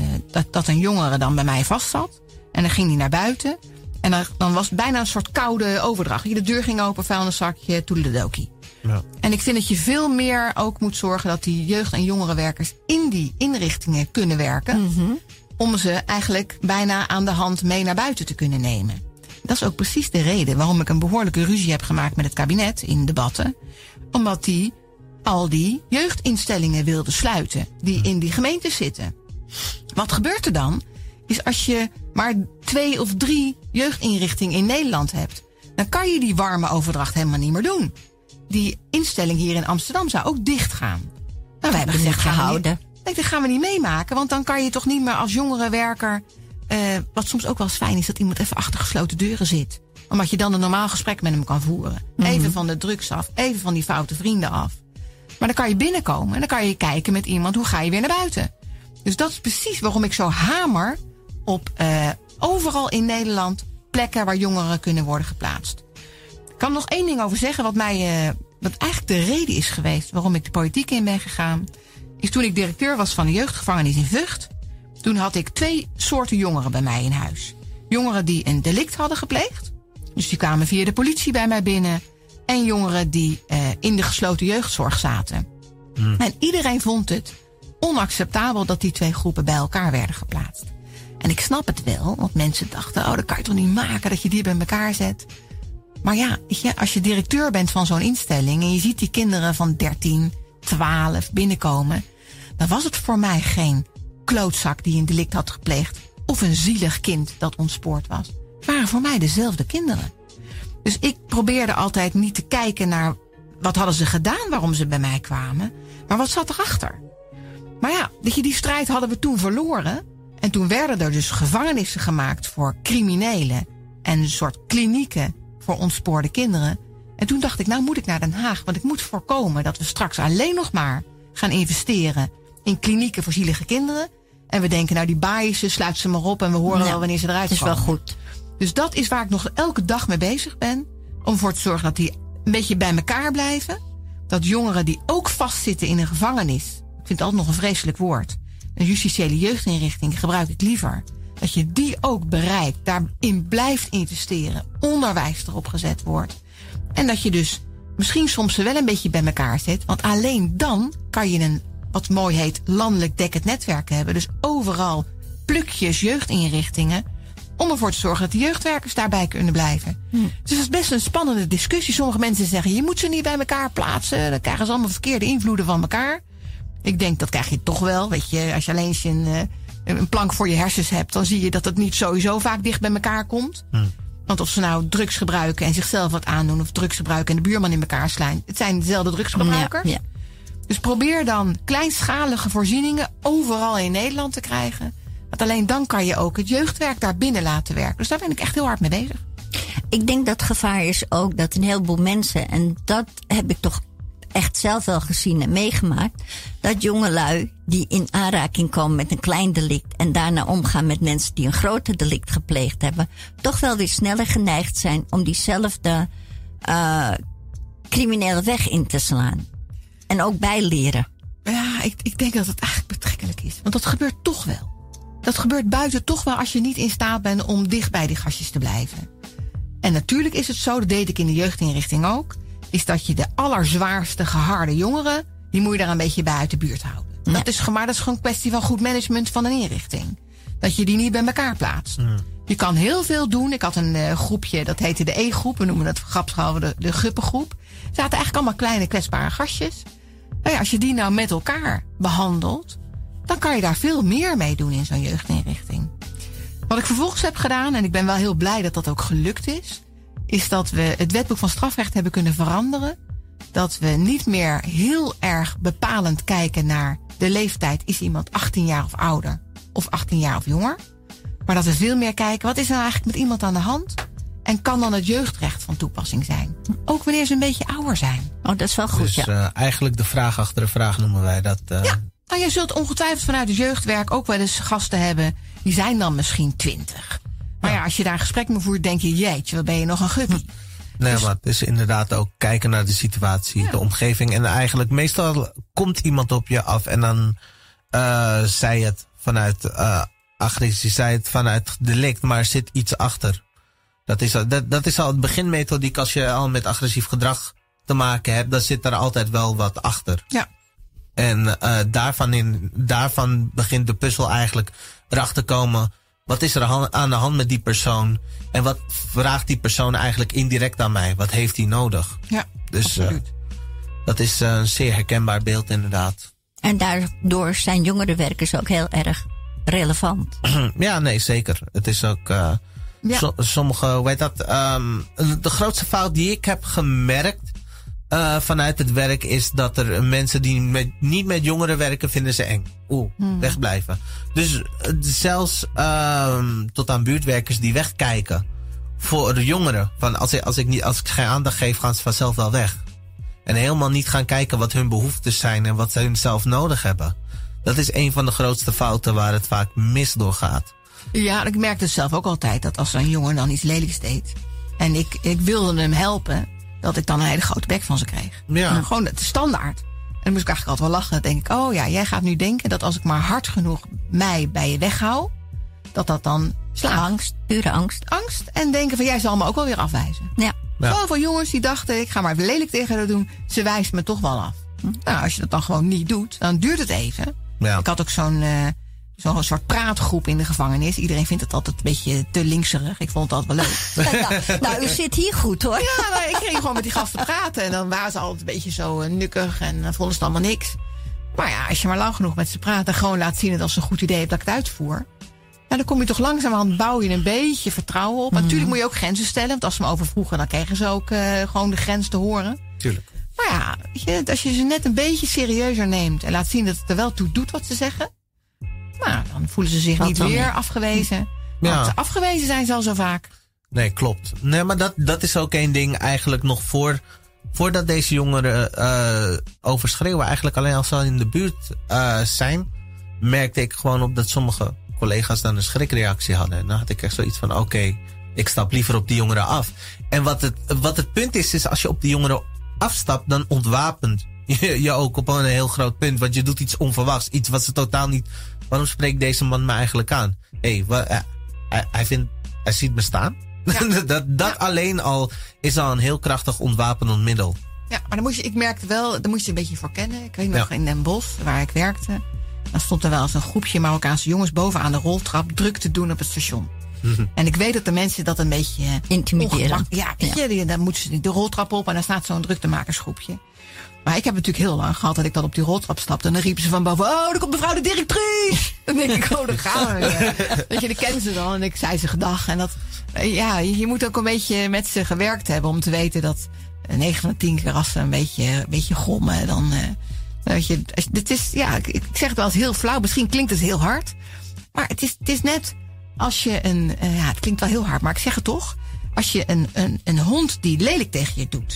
dat een jongere dan bij mij vast zat. En dan ging hij naar buiten. En dan was het bijna een soort koude overdracht. De deur ging open, vuilniszakje, toedeledokie. Ja. En ik vind dat je veel meer ook moet zorgen dat die jeugd- en jongerenwerkers in die inrichtingen kunnen werken. Mm-hmm. Om ze eigenlijk bijna aan de hand mee naar buiten te kunnen nemen. Dat is ook precies de reden waarom ik een behoorlijke ruzie heb gemaakt met het kabinet in debatten. Omdat die al die jeugdinstellingen wilden sluiten die in die gemeentes zitten. Wat gebeurt er dan? Is als je maar 2 of 3 jeugdinrichtingen in Nederland hebt, dan kan je die warme overdracht helemaal niet meer doen. Die instelling hier in Amsterdam zou ook dicht gaan. Nou, we hebben gezegd, gehouden. Dat gaan we niet meemaken, want dan kan je toch niet meer als jongerenwerker, wat soms ook wel eens fijn is, dat iemand even achter gesloten deuren zit. Omdat je dan een normaal gesprek met hem kan voeren. Mm-hmm. Even van de drugs af, even van die foute vrienden af. Maar dan kan je binnenkomen en dan kan je kijken met iemand, hoe ga je weer naar buiten? Dus dat is precies waarom ik zo hamer op overal in Nederland plekken waar jongeren kunnen worden geplaatst. Ik kan er nog 1 ding over zeggen wat eigenlijk de reden is geweest waarom ik de politiek in ben gegaan. Is toen ik directeur was van de jeugdgevangenis in Vught. Toen had ik 2 soorten jongeren bij mij in huis. Jongeren die een delict hadden gepleegd. Dus die kwamen via de politie bij mij binnen. En jongeren die in de gesloten jeugdzorg zaten. En iedereen vond het onacceptabel dat die 2 groepen bij elkaar werden geplaatst. En ik snap het wel, want mensen dachten, dat kan je toch niet maken dat je die bij elkaar zet. Maar ja, weet je, als je directeur bent van zo'n instelling en je ziet die kinderen van 13, 12 binnenkomen, dan was het voor mij geen klootzak die een delict had gepleegd of een zielig kind dat ontspoord was. Het waren voor mij dezelfde kinderen. Dus ik probeerde altijd niet te kijken naar wat hadden ze gedaan waarom ze bij mij kwamen, maar wat zat erachter. Maar ja, die strijd hadden we toen verloren. En toen werden er dus gevangenissen gemaakt voor criminelen en een soort klinieken voor ontspoorde kinderen. En toen dacht ik, nou moet ik naar Den Haag, want ik moet voorkomen dat we straks alleen nog maar gaan investeren in klinieken voor zielige kinderen. En we denken, nou die biasen, sluit ze maar op en we horen wel wanneer ze eruit komen. Dat is wel goed. Dus dat is waar ik nog elke dag mee bezig ben. Om ervoor te zorgen dat die een beetje bij elkaar blijven. Dat jongeren die ook vastzitten in een gevangenis, ik vind het altijd nog een vreselijk woord, een justitiële jeugdinrichting gebruik ik liever. Dat je die ook bereikt, daarin blijft investeren, onderwijs erop gezet wordt. En dat je dus misschien soms ze wel een beetje bij elkaar zet. Want alleen dan kan je een, wat mooi heet, landelijk dekkend netwerk hebben. Dus overal plukjes jeugdinrichtingen, om ervoor te zorgen dat de jeugdwerkers daarbij kunnen blijven. Dus dat is best een spannende discussie. Sommige mensen zeggen, je moet ze niet bij elkaar plaatsen. Dan krijgen ze allemaal verkeerde invloeden van elkaar. Ik denk, dat krijg je toch wel. Weet je, als je alleen een plank voor je hersens hebt, dan zie je dat het niet sowieso vaak dicht bij elkaar komt. Want of ze nou drugs gebruiken en zichzelf wat aandoen, of drugs gebruiken en de buurman in elkaar slaan, het zijn dezelfde drugsgebruikers. Ja. Dus probeer dan kleinschalige voorzieningen overal in Nederland te krijgen. Want alleen dan kan je ook het jeugdwerk daar binnen laten werken. Dus daar ben ik echt heel hard mee bezig. Ik denk dat het gevaar is ook dat een heleboel mensen, en dat heb ik toch echt zelf wel gezien en meegemaakt, dat jongelui die in aanraking komen met een klein delict en daarna omgaan met mensen die een groter delict gepleegd hebben, toch wel weer sneller geneigd zijn om diezelfde criminele weg in te slaan. En ook bijleren. Ja, ik denk dat het eigenlijk betrekkelijk is. Want dat gebeurt toch wel. Dat gebeurt buiten toch wel als je niet in staat bent om dicht bij die gastjes te blijven. En natuurlijk is het zo, dat deed ik in de jeugdinrichting ook, is dat je de allerzwaarste geharde jongeren, die moet je daar een beetje bij uit de buurt houden. Ja. Dat is gewoon een kwestie van goed management van een inrichting. Dat je die niet bij elkaar plaatst. Je kan heel veel doen. Ik had een groepje, dat heette de E-groep. We noemen dat grapsgehouden de guppengroep. Er zaten eigenlijk allemaal kleine kwetsbare gastjes. Nou ja, als je die nou met elkaar behandelt, dan kan je daar veel meer mee doen in zo'n jeugdinrichting. Wat ik vervolgens heb gedaan, en ik ben wel heel blij dat dat ook gelukt is dat we het wetboek van strafrecht hebben kunnen veranderen. Dat we niet meer heel erg bepalend kijken naar de leeftijd. Is iemand 18 jaar of ouder of 18 jaar of jonger? Maar dat we veel meer kijken, wat is er nou eigenlijk met iemand aan de hand? En kan dan het jeugdrecht van toepassing zijn? Ook wanneer ze een beetje ouder zijn. Oh, dat is wel goed, dus, eigenlijk de vraag achter de vraag noemen wij dat. Ja, nou, je zult ongetwijfeld vanuit het jeugdwerk ook wel eens gasten hebben, die zijn dan misschien 20. Maar ja, als je daar een gesprek mee voert, denk je, jeetje, wat ben je nog een guppie. Nee, maar het is inderdaad ook kijken naar de situatie, de omgeving. En eigenlijk, meestal komt iemand op je af en dan zij het vanuit agressie, zij het vanuit delict, maar er zit iets achter. Dat is al het beginmethodiek. Als je al met agressief gedrag te maken hebt, dan zit er altijd wel wat achter. Ja. En daarvan begint de puzzel eigenlijk erachter komen. Wat is er aan de hand met die persoon? En wat vraagt die persoon eigenlijk indirect aan mij? Wat heeft hij nodig? Ja, dus absoluut. Dat is een zeer herkenbaar beeld inderdaad. En daardoor zijn jongerenwerkers ook heel erg relevant. Ja, nee, zeker. Het is ook sommige, hoe heet dat? De grootste fout die ik heb gemerkt vanuit het werk is dat er mensen die niet met jongeren werken, vinden ze eng. Wegblijven. Dus zelfs tot aan buurtwerkers die wegkijken voor de jongeren. Van als ik geen aandacht geef, gaan ze vanzelf wel weg. En helemaal niet gaan kijken wat hun behoeftes zijn en wat ze hun zelf nodig hebben. Dat is een van de grootste fouten waar het vaak mis doorgaat. Ja, ik merkte het zelf ook altijd, dat als een jongen dan iets lelijks deed en ik wilde hem helpen, dat ik dan een hele grote bek van ze kreeg. Ja. Gewoon de standaard. En dan moest ik eigenlijk altijd wel lachen. Dan denk ik, oh ja, jij gaat nu denken dat als ik maar hard genoeg mij bij je weghoud, dat dan slaat. Angst, pure angst. Angst en denken van, jij zal me ook wel weer afwijzen. Ja. Zoveel jongens die dachten, ik ga maar even lelijk tegen haar doen. Ze wijst me toch wel af. Nou, als je dat dan gewoon niet doet, dan duurt het even. Ja. Ik had ook zo'n soort praatgroep in de gevangenis. Iedereen vindt het altijd een beetje te linkserig. Ik vond het altijd wel leuk. Nou, u zit hier goed, hoor. Ja, maar ik ging gewoon met die gasten praten. En dan waren ze altijd een beetje zo nukkig en dan vonden ze het allemaal niks. Maar ja, als je maar lang genoeg met ze praat en gewoon laat zien dat als ze een goed idee hebt dat ik het uitvoer. Ja, dan kom je toch langzamerhand, bouw je een beetje vertrouwen op. Natuurlijk moet je ook grenzen stellen. Want als ze me overvroegen, dan kregen ze ook gewoon de grens te horen. Tuurlijk. Maar ja, als je ze net een beetje serieuzer neemt en laat zien dat het er wel toe doet wat ze zeggen. Nou, dan voelen ze zich niet weer afgewezen. Ja. Want afgewezen zijn ze al zo vaak. Nee, klopt. Nee, maar dat is ook één ding eigenlijk nog voordat deze jongeren overschreeuwen. Eigenlijk alleen als ze in de buurt zijn, merkte ik gewoon op dat sommige collega's dan een schrikreactie hadden. En dan had ik echt zoiets van, oké, ik stap liever op die jongeren af. En wat het punt is als je op die jongeren afstapt, dan ontwapent je ook op een heel groot punt. Want je doet iets onverwachts. Iets wat ze totaal niet... Waarom spreekt deze man me eigenlijk aan? Hij ziet me staan. Ja. dat alleen al is al een heel krachtig ontwapenend middel. Ja, maar dan ik merkte wel, daar moest je een beetje voor kennen. Ik weet nog in Den Bosch, waar ik werkte. Dan stond er wel eens een groepje Marokkaanse jongens bovenaan de roltrap druk te doen op het station. En ik weet dat de mensen dat een beetje intimideren. Ja, weet je, dan moeten ze de roltrap op en dan staat zo'n druktemakersgroepje. Maar ik heb natuurlijk heel lang gehad dat ik dan op die roltrap stapte. En dan riepen ze van boven, oh, daar komt mevrouw de directrice. Dan denk ik, oh, daar gaan we weer. Weet je, dat kennen ze dan. En ik zei ze gedag. En dat, ja, je moet ook een beetje met ze gewerkt hebben om te weten dat 9 van de 10 keer als ze een beetje grommen, dan, weet je, dit is, ja, ik zeg het wel eens heel flauw. Misschien klinkt het heel hard. Maar het is net als je het klinkt wel heel hard, maar ik zeg het toch. Als je een hond die lelijk tegen je doet,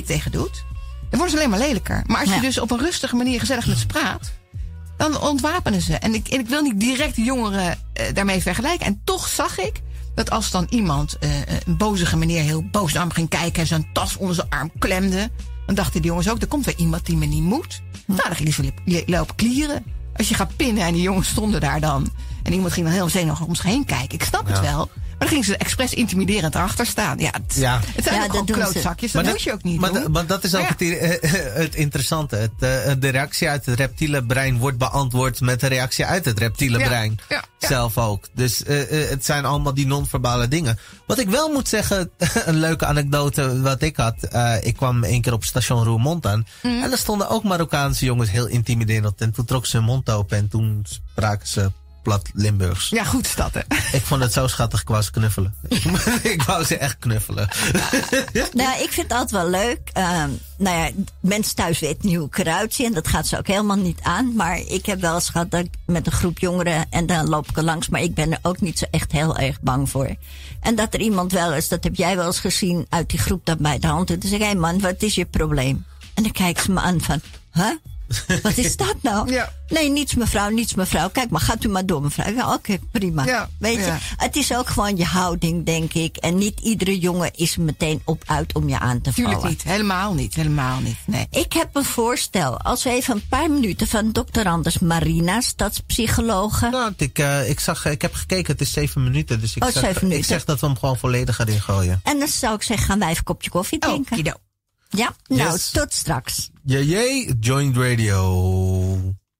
dan worden ze alleen maar lelijker. Maar als je dus op een rustige manier gezellig met ze praat, dan ontwapenen ze. En ik wil niet direct de jongeren daarmee vergelijken. En toch zag ik dat als dan iemand een bozige meneer heel boos naar hem ging kijken en zijn tas onder zijn arm klemde, dan dachten die jongens ook, er komt weer iemand die me niet moet. Nou, dan ging hij lopen klieren. Als je gaat pinnen en die jongens stonden daar dan. En iemand ging dan heel zenuwachtig om zich heen kijken. Ik snap het wel. Maar dan gingen ze expres intimiderend erachter staan. Ja, het zijn ook gewoon klootzakjes. Dat moet je ook niet doen. Maar dat is ook het interessante. De reactie uit het reptiele brein wordt beantwoord met de reactie uit het reptiele brein. Zelf ook. Dus het zijn allemaal die non-verbale dingen. Wat ik wel moet zeggen, een leuke anekdote wat ik had. Ik kwam 1 keer op station Roermond aan. En er stonden ook Marokkaanse jongens heel intimiderend. En toen trok ze hun mond open en toen spraken ze plat Limburgs. Ja, goed is dat, hè? Ik vond het zo schattig, ik wou ze knuffelen. Ik wou ze echt knuffelen. Nou, ik vind het altijd wel leuk. Mensen thuis weten niet hoe ik eruit zie en dat gaat ze ook helemaal niet aan. Maar ik heb wel eens gehad dat ik met een groep jongeren en dan loop ik er langs, maar ik ben er ook niet zo echt heel erg bang voor. En dat er iemand wel eens, dat heb jij wel eens gezien, uit die groep dat bij de hand doet. Dan zeg ik, hey man, wat is je probleem? En dan kijkt ze me aan van, huh? Wat is dat nou? Ja. Nee, niets mevrouw. Kijk maar, gaat u maar door mevrouw. Ja, oké, prima. Ja, weet je, het is ook gewoon je houding, denk ik. En niet iedere jongen is er meteen op uit om je aan te vallen. Tuurlijk niet, helemaal niet. Nee. Ik heb een voorstel. Als we even een paar minuten van dokter Anders Marina, stadspsychologe. Nou, ik heb gekeken, het is 7 minuten. Dus ik zeg dat we hem gewoon volledig gaan ingooien. En dan zou ik zeggen, gaan wij even een kopje koffie drinken. Kido. Ja, nou, tot straks. Joint Radio.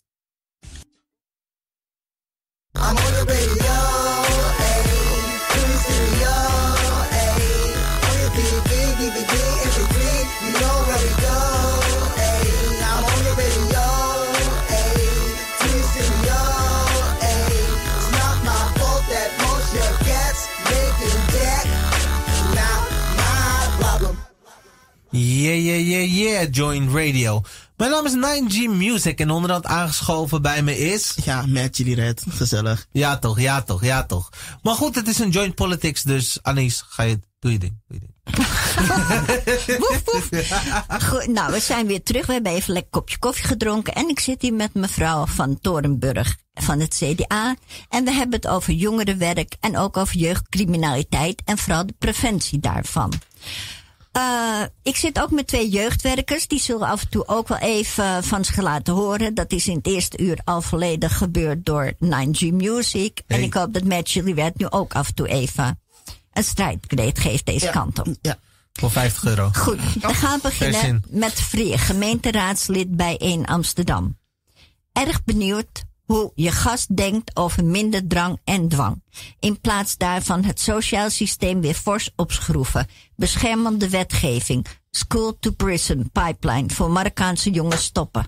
I'm on the radio, studio, on your DVD, MP3, you know where we go, I'm on the radio, studio, it's not my fault that most your cats making deck, not my problem. Yeah, Joint Radio. Mijn naam is 9G Music en onderhand aangeschoven bij me is... Ja, met jullie Red. Gezellig. Ja toch. Maar goed, het is een Joint Politics, dus Anies, doe je ding. Woef, woef. Goed, nou, we zijn weer terug. We hebben even lekker een kopje koffie gedronken. En ik zit hier met mevrouw van Torenburg van het CDA. En we hebben het over jongerenwerk en ook over jeugdcriminaliteit en vooral de preventie daarvan. Ik zit ook met 2 jeugdwerkers. Die zullen af en toe ook wel even van zich laten horen. Dat is in het eerste uur al volledig gebeurd door 9G Music. Hey. En ik hoop dat met jullie werd nu ook af en toe even een strijdkreet geeft deze kant op. Ja. Voor €50. Goed, dan gaan we beginnen met Vreer, gemeenteraadslid bij 1 Amsterdam. Erg benieuwd hoe je gast denkt over minder drang en dwang. In plaats daarvan het sociaal systeem weer fors opschroeven. Beschermende wetgeving, school to prison pipeline voor Marokkaanse jongens stoppen.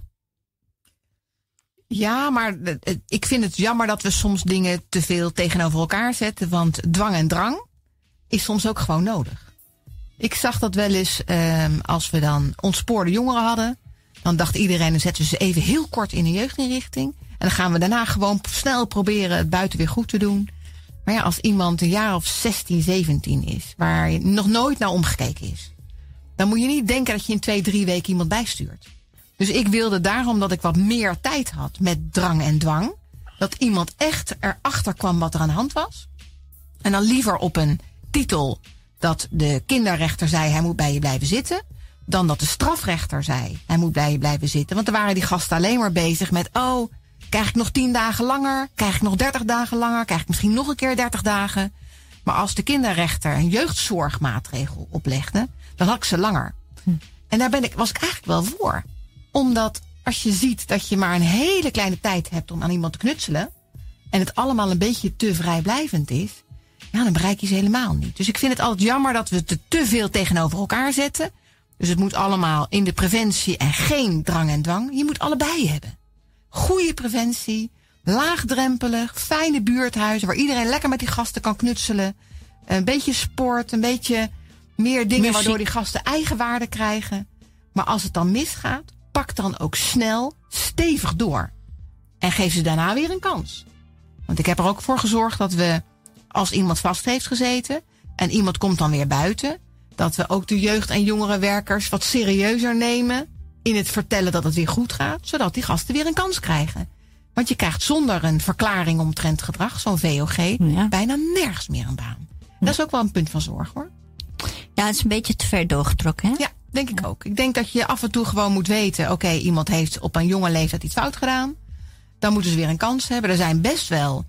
Ja, maar ik vind het jammer dat we soms dingen te veel tegenover elkaar zetten. Want dwang en drang is soms ook gewoon nodig. Ik zag dat wel eens als we dan ontspoorde jongeren hadden. Dan dacht iedereen, dan zetten we ze even heel kort in een jeugdinrichting. En dan gaan we daarna gewoon snel proberen het buiten weer goed te doen. Maar ja, als iemand een jaar of 16, 17 is, waar je nog nooit naar omgekeken is, dan moet je niet denken dat je in 2, 3 weken iemand bijstuurt. Dus ik wilde daarom dat ik wat meer tijd had met drang en dwang. Dat iemand echt erachter kwam wat er aan de hand was. En dan liever op een titel dat de kinderrechter zei, hij moet bij je blijven zitten, dan dat de strafrechter zei, hij moet bij je blijven zitten. Want dan waren die gasten alleen maar bezig met, oh, krijg ik nog 10 dagen langer? Krijg ik nog 30 dagen langer? Krijg ik misschien nog een keer 30 dagen? Maar als de kinderrechter een jeugdzorgmaatregel oplegde, dan had ik ze langer. En daar was ik eigenlijk wel voor. Omdat als je ziet dat je maar een hele kleine tijd hebt om aan iemand te knutselen, en het allemaal een beetje te vrijblijvend is, ja, dan bereik je ze helemaal niet. Dus ik vind het altijd jammer dat we het te veel tegenover elkaar zetten. Dus het moet allemaal in de preventie en geen drang en dwang. Je moet allebei hebben. Goede preventie, laagdrempelig, fijne buurthuizen waar iedereen lekker met die gasten kan knutselen. Een beetje sport, een beetje meer dingen waardoor die gasten eigenwaarde krijgen. Maar als het dan misgaat, pak dan ook snel, stevig door. En geef ze daarna weer een kans. Want ik heb er ook voor gezorgd dat we, als iemand vast heeft gezeten en iemand komt dan weer buiten, dat we ook de jeugd- en jongerenwerkers wat serieuzer nemen in het vertellen dat het weer goed gaat, zodat die gasten weer een kans krijgen. Want je krijgt zonder een verklaring omtrent gedrag, zo'n VOG, bijna nergens meer een baan. Dat is ook wel een punt van zorg, hoor. Ja, het is een beetje te ver doorgetrokken, hè? Ja, denk ik ook. Ik denk dat je af en toe gewoon moet weten, oké, iemand heeft op een jonge leeftijd iets fout gedaan. Dan moeten ze weer een kans hebben. Er zijn best wel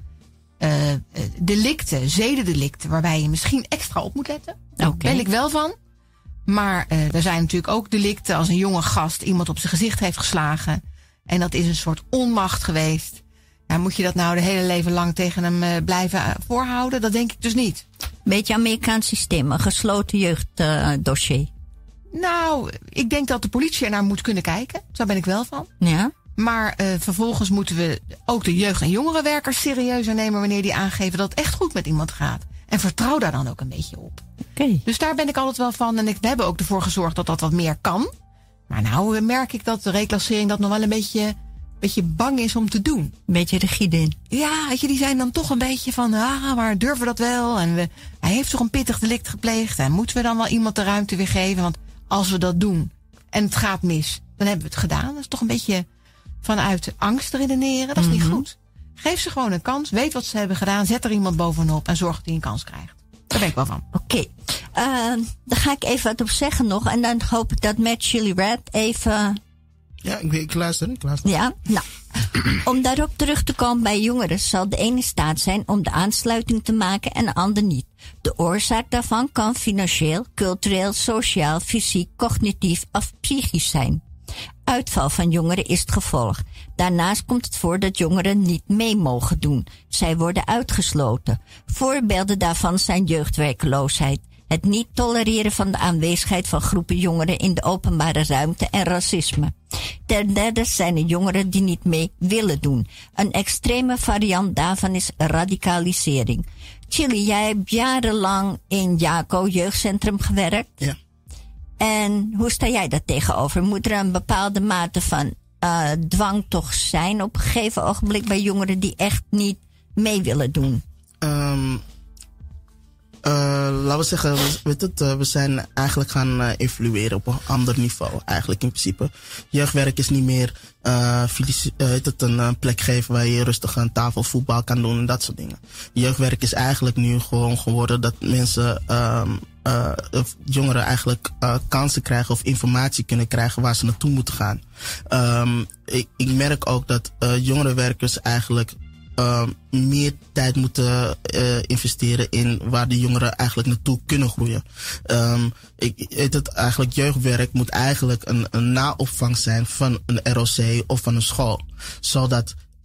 delicten, zedendelicten, waarbij je misschien extra op moet letten. Daar ben ik wel van. Maar er zijn natuurlijk ook delicten als een jonge gast iemand op zijn gezicht heeft geslagen. En dat is een soort onmacht geweest. Ja, moet je dat nou de hele leven lang tegen hem blijven voorhouden? Dat denk ik dus niet. Beetje Amerikaans systeem, een gesloten jeugddossier. Nou, ik denk dat de politie er naar moet kunnen kijken. Daar ben ik wel van. Ja. Maar vervolgens moeten we ook de jeugd- en jongerenwerkers serieuzer nemen wanneer die aangeven dat het echt goed met iemand gaat. En vertrouw daar dan ook een beetje op. Okay. Dus daar ben ik altijd wel van. En we hebben ook ervoor gezorgd dat dat wat meer kan. Maar nou merk ik dat de reclassering dat nog wel een beetje bang is om te doen. Een beetje rigide in. Ja, weet je, die zijn dan toch een beetje van, maar durven we dat wel? En hij heeft toch een pittig delict gepleegd? En moeten we dan wel iemand de ruimte weer geven? Want als we dat doen en het gaat mis, dan hebben we het gedaan. Dat is toch een beetje vanuit angst redeneren. Dat is niet goed. Geef ze gewoon een kans. Weet wat ze hebben gedaan. Zet er iemand bovenop en zorg dat hij een kans krijgt. Daar ben ik wel van. Oké. Daar ga ik even wat op zeggen nog. En dan hoop ik dat Matt Chili Red even... Ja, ik luister. Ja, nou. Om daarop terug te komen bij jongeren zal de ene staat zijn om de aansluiting te maken en de ander niet. De oorzaak daarvan kan financieel, cultureel, sociaal, fysiek, cognitief of psychisch zijn. Uitval van jongeren is het gevolg. Daarnaast komt het voor dat jongeren niet mee mogen doen. Zij worden uitgesloten. Voorbeelden daarvan zijn jeugdwerkeloosheid, het niet tolereren van de aanwezigheid van groepen jongeren in de openbare ruimte en racisme. Ten derde zijn er jongeren die niet mee willen doen. Een extreme variant daarvan is radicalisering. Chili, jij hebt jarenlang in Jaco Jeugdcentrum gewerkt. Ja. En hoe sta jij daar tegenover? Moet er een bepaalde mate van dwang toch zijn op een gegeven ogenblik bij jongeren die echt niet mee willen doen? Laten we zeggen, we zijn eigenlijk gaan evolueren op een ander niveau. Eigenlijk in principe. Jeugdwerk is niet meer een plek geven waar je rustig aan tafel voetbal kan doen en dat soort dingen. Jeugdwerk is eigenlijk nu gewoon geworden dat mensen, jongeren eigenlijk kansen krijgen of informatie kunnen krijgen waar ze naartoe moeten gaan. Ik merk ook dat jongerenwerkers eigenlijk meer tijd moeten investeren in waar de jongeren eigenlijk naartoe kunnen groeien. Eigenlijk jeugdwerk moet eigenlijk een naopvang zijn van een ROC of van een school. Zodat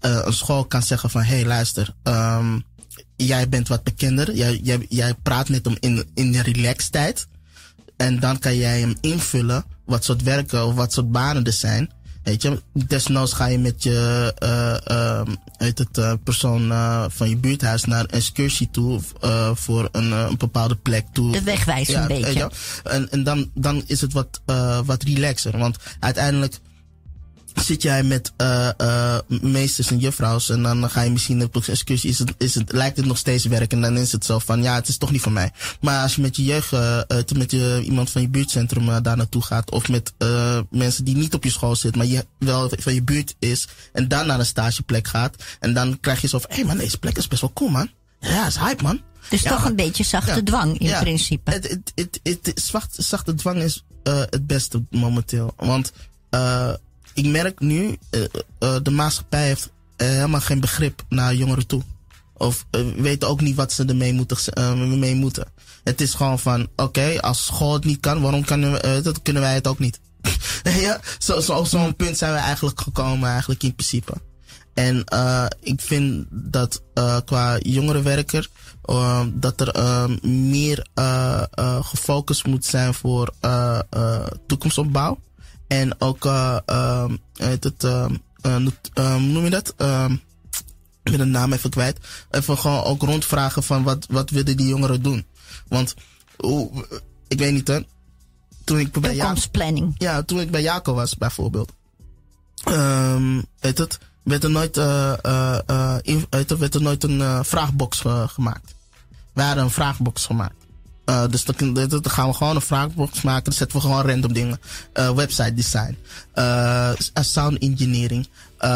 een school kan zeggen van, hey, luister, jij bent wat bekender. Jij praat met hem in de relaxtijd. En dan kan jij hem invullen wat soort werken of wat soort banen er zijn. Weet je, desnoods ga je met je persoon van je buurthuis naar een excursie toe voor een bepaalde plek toe. De wegwijzen een beetje. En dan is het wat relaxer. Want uiteindelijk zit jij met meesters en juffrouws en dan ga je misschien op een excursie, lijkt het nog steeds werk en dan is het zo van, ja, het is toch niet van mij. Maar als je met je jeugd, iemand van je buurtcentrum daar naartoe gaat of met mensen die niet op je school zitten, maar je wel van je buurt is en dan naar een stageplek gaat en dan krijg je zo van, hé man, deze plek is best wel cool man. Ja, is hype man. Dus ja, toch een beetje zachte dwang in principe. Zachte dwang is het beste momenteel. Want ik merk nu, de maatschappij heeft helemaal geen begrip naar jongeren toe. Of weten ook niet wat ze ermee moeten. Het is gewoon van, oké, als school het niet kan, waarom kunnen wij het ook niet? Ja, zo'n punt zijn we eigenlijk gekomen, eigenlijk in principe. En ik vind dat qua jongerenwerker, dat er meer gefocust moet zijn voor toekomstopbouw. En ook, hoe noem je dat? Ik ben de naam even kwijt. Even gewoon ook rondvragen van wat willen die jongeren doen. Want, ik weet niet hè. Toen ik bij toekomstplanning. Toen ik bij Jaco was bijvoorbeeld. Werd er nooit een vraagbox gemaakt. We hadden een vraagbox gemaakt. Dus dan gaan we gewoon een vraagbox maken. Dan zetten we gewoon random dingen. Website design. Sound engineering.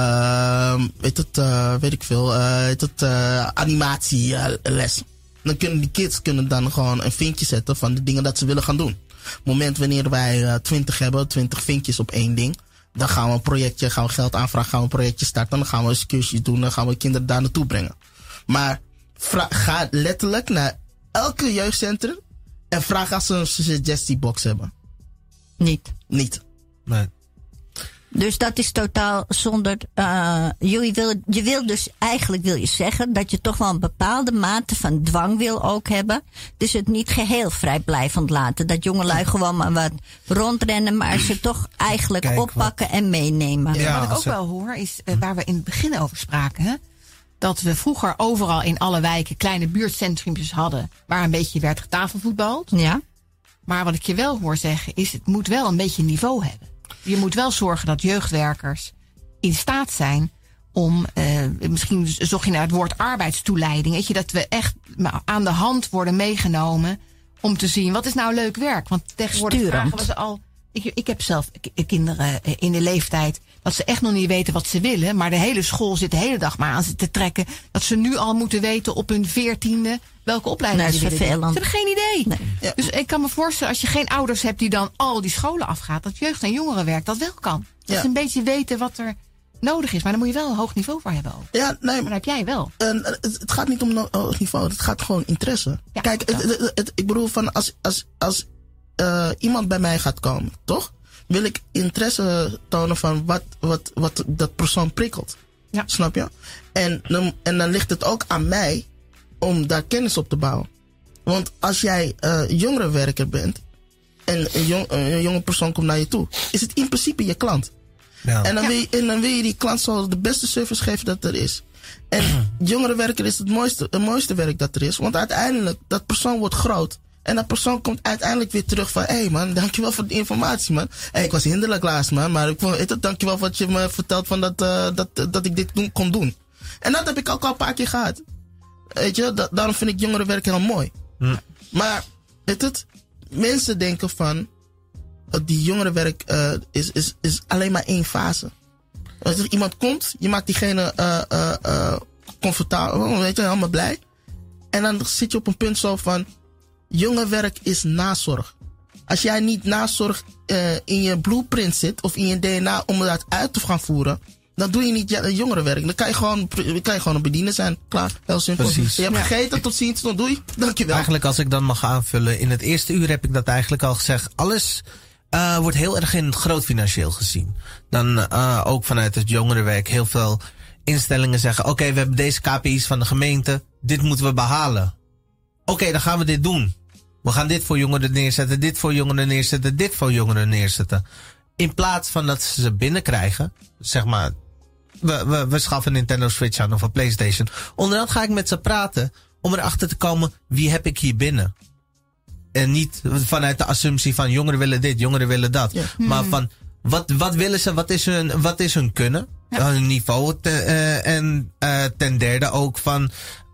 Animatieles. Dan kunnen die kids dan gewoon een vinkje zetten van de dingen dat ze willen gaan doen. Op het moment wanneer wij 20 vinkjes op één ding. Dan gaan we een projectje, gaan we geld aanvragen, gaan we een projectje starten. Dan gaan we een excursie doen, dan gaan we kinderen daar naartoe brengen. Maar ga letterlijk naar elke jeugdcentrum en vraag als ze een suggestiebox hebben. Niet. Nee. Dus dat is totaal zonder. Eigenlijk wil je zeggen dat je toch wel een bepaalde mate van dwang wil ook hebben. Dus het niet geheel vrijblijvend laten. Dat jongelui gewoon maar wat rondrennen, maar ze toch eigenlijk oppakken en meenemen. Ja, wat ik ook wel hoor is waar we in het begin over spraken. Hè? Dat we vroeger overal in alle wijken kleine buurtcentrumpjes hadden waar een beetje werd getafelvoetbald. Ja. Maar wat ik je wel hoor zeggen is, het moet wel een beetje niveau hebben. Je moet wel zorgen dat jeugdwerkers in staat zijn om, misschien zocht je naar het woord arbeidstoeleiding, weet je, dat we echt aan de hand worden meegenomen om te zien, wat is nou leuk werk? Want tegenwoordig vragen we ze al. Ik heb zelf kinderen in de leeftijd dat ze echt nog niet weten wat ze willen, maar de hele school zit de hele dag maar aan ze te trekken, dat ze nu al moeten weten op hun 14e welke opleiding ze willen. Ze hebben geen idee. Nee. Ja. Dus ik kan me voorstellen, als je geen ouders hebt die dan al die scholen afgaat, dat jeugd- en jongerenwerk dat wel kan. Dat ze een beetje weten wat er nodig is, maar daar moet je wel een hoog niveau voor hebben ook. Ja, nee, maar dat heb jij wel. Het gaat niet om hoog niveau, het gaat gewoon interesse. Ja, kijk, ik bedoel van als iemand bij mij gaat komen, toch? Wil ik interesse tonen van wat dat persoon prikkelt. Ja. Snap je? En dan ligt het ook aan mij om daar kennis op te bouwen. Want als jij jongerenwerker bent en een jonge persoon komt naar je toe, is het in principe je klant. Ja. En dan wil je die klant zo de beste service geven dat er is. En jongerenwerker is het mooiste werk dat er is. Want uiteindelijk, dat persoon wordt groot. En dat persoon komt uiteindelijk weer terug van, hé man, dankjewel voor de informatie man. Hey, ik was hinderlijk laatst man, maar dankjewel wat je me vertelt van dat ik dit kon doen. En dat heb ik ook al een paar keer gehad. Weet je, daarom vind ik jongerenwerk heel mooi. Maar, mensen denken van, die jongerenwerk is alleen maar één fase. Als er iemand komt, je maakt diegene comfortabel, weet je, helemaal blij. En dan zit je op een punt zo van, jongerenwerk is nazorg. Als jij niet nazorg in je blueprint zit of in je DNA om dat uit te gaan voeren, dan doe je niet jongerenwerk. Dan kan je gewoon een bediener zijn. Klaar, heel simpel. Precies. Je hebt gegeten, tot ziens, dan doei. Dankjewel. Eigenlijk als ik dan mag aanvullen, in het eerste uur heb ik dat eigenlijk al gezegd. Alles wordt heel erg in het groot financieel gezien. Dan ook vanuit het jongerenwerk heel veel instellingen zeggen, oké, we hebben deze KPI's van de gemeente. Dit moeten we behalen. Oké, dan gaan we dit doen. We gaan dit voor jongeren neerzetten, dit voor jongeren neerzetten, dit voor jongeren neerzetten. In plaats van dat ze binnenkrijgen, zeg maar, we schaffen een Nintendo Switch aan of een PlayStation. Onderhand ga ik met ze praten om erachter te komen, wie heb ik hier binnen? En niet vanuit de assumptie van jongeren willen dit, jongeren willen dat. Ja. Maar van, wat willen ze, wat is hun kunnen? Ja. Hun niveau. En ten derde ook van,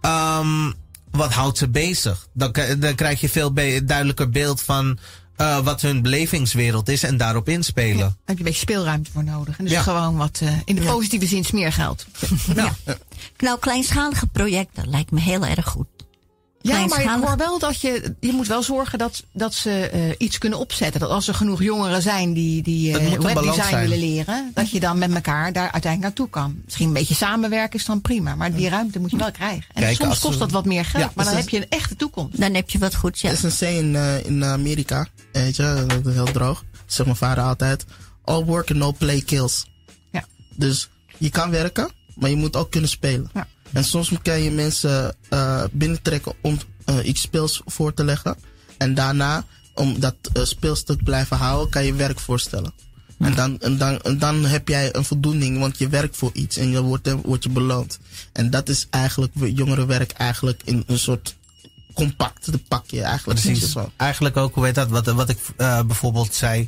wat houdt ze bezig? Dan krijg je veel duidelijker beeld van wat hun belevingswereld is en daarop inspelen. Ja, daar heb je een beetje speelruimte voor nodig. En dus gewoon wat in de positieve zin smeergeld. Ja. Nou, kleinschalige projecten lijkt me heel erg goed. Ja, maar ik hoor wel dat je moet wel zorgen dat ze iets kunnen opzetten. Dat als er genoeg jongeren zijn die webdesign willen leren, dat je dan met elkaar daar uiteindelijk naartoe kan. Misschien een beetje samenwerken is dan prima, maar die ruimte moet je wel krijgen. En kijk, soms kost dat wat meer geld, maar dan heb je een echte toekomst. Dan heb je wat goeds, ja. Er is een saying in Amerika, weet je, dat is heel droog. Zegt mijn vader altijd, all work and no play kills. Ja. Dus je kan werken, maar je moet ook kunnen spelen. Ja. En soms kan je mensen binnentrekken om iets speels voor te leggen. En daarna, om dat speelstuk blijven houden, kan je werk voorstellen. Ja. En dan heb jij een voldoening, want je werkt voor iets en je wordt je beloond. En dat is eigenlijk jongerenwerk eigenlijk in een soort compacte pakje eigenlijk. Precies. Eigenlijk ook, hoe heet dat, wat ik bijvoorbeeld zei,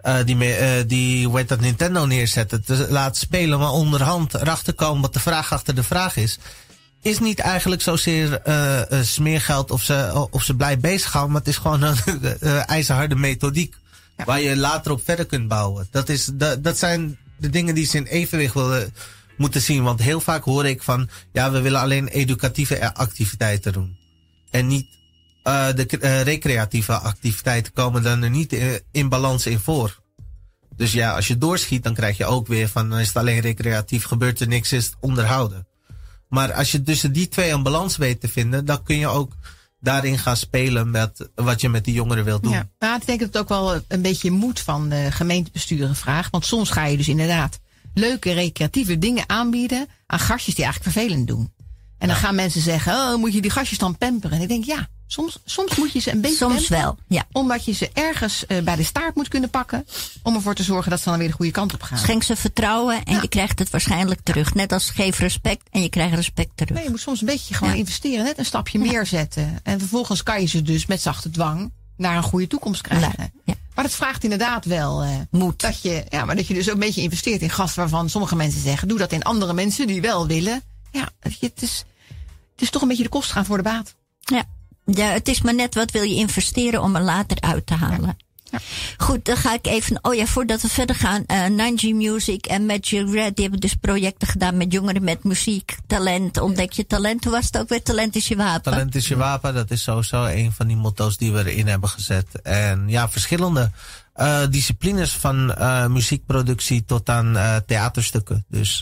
die hoe heet dat, Nintendo neerzetten, te laten spelen, maar onderhand erachter komen wat de vraag achter de vraag is niet eigenlijk zozeer smeergeld of ze blij bezighouden, maar het is gewoon een ijzerharde methodiek waar je later op verder kunt bouwen. Dat zijn de dingen die ze in evenwicht moeten zien, want heel vaak hoor ik van, ja, we willen alleen educatieve activiteiten doen en niet de recreatieve activiteiten komen dan er niet in balans in voor. Dus ja, als je doorschiet, dan krijg je ook weer van, dan is het alleen recreatief, gebeurt er niks, is het onderhouden. Maar als je tussen die twee een balans weet te vinden, dan kun je ook daarin gaan spelen met wat je met die jongeren wilt doen. Ja, nou, ik denk dat het ook wel een beetje moed van de gemeentebesturen vraagt. Want soms ga je dus inderdaad leuke recreatieve dingen aanbieden aan gastjes die eigenlijk vervelend doen. En dan gaan mensen zeggen, oh, moet je die gastjes dan pamperen? En ik denk, ja, soms moet je ze een beetje soms wel, ja. Omdat je ze ergens bij de staart moet kunnen pakken, om ervoor te zorgen dat ze dan weer de goede kant op gaan. Schenk ze vertrouwen en je krijgt het waarschijnlijk terug. Net als geef respect en je krijgt respect terug. Nee, je moet soms een beetje gewoon investeren, net een stapje meer zetten. En vervolgens kan je ze dus met zachte dwang naar een goede toekomst krijgen. Ja. Maar het vraagt inderdaad wel moed. Dat je dus ook een beetje investeert in gasten waarvan sommige mensen zeggen, doe dat in andere mensen die wel willen. Ja, het is toch een beetje de kost gaan voor de baat. Ja, het is maar net wat wil je investeren om er later uit te halen. Ja. Goed, dan ga ik even, voordat we verder gaan, 9G Music en Magic Red, die hebben dus projecten gedaan met jongeren met muziek, talent, ontdek je talent. Hoe was het ook weer? Talent is je wapen. Talent is je wapen, dat is sowieso een van die motto's die we erin hebben gezet. En ja, verschillende disciplines van muziekproductie tot aan theaterstukken. Dus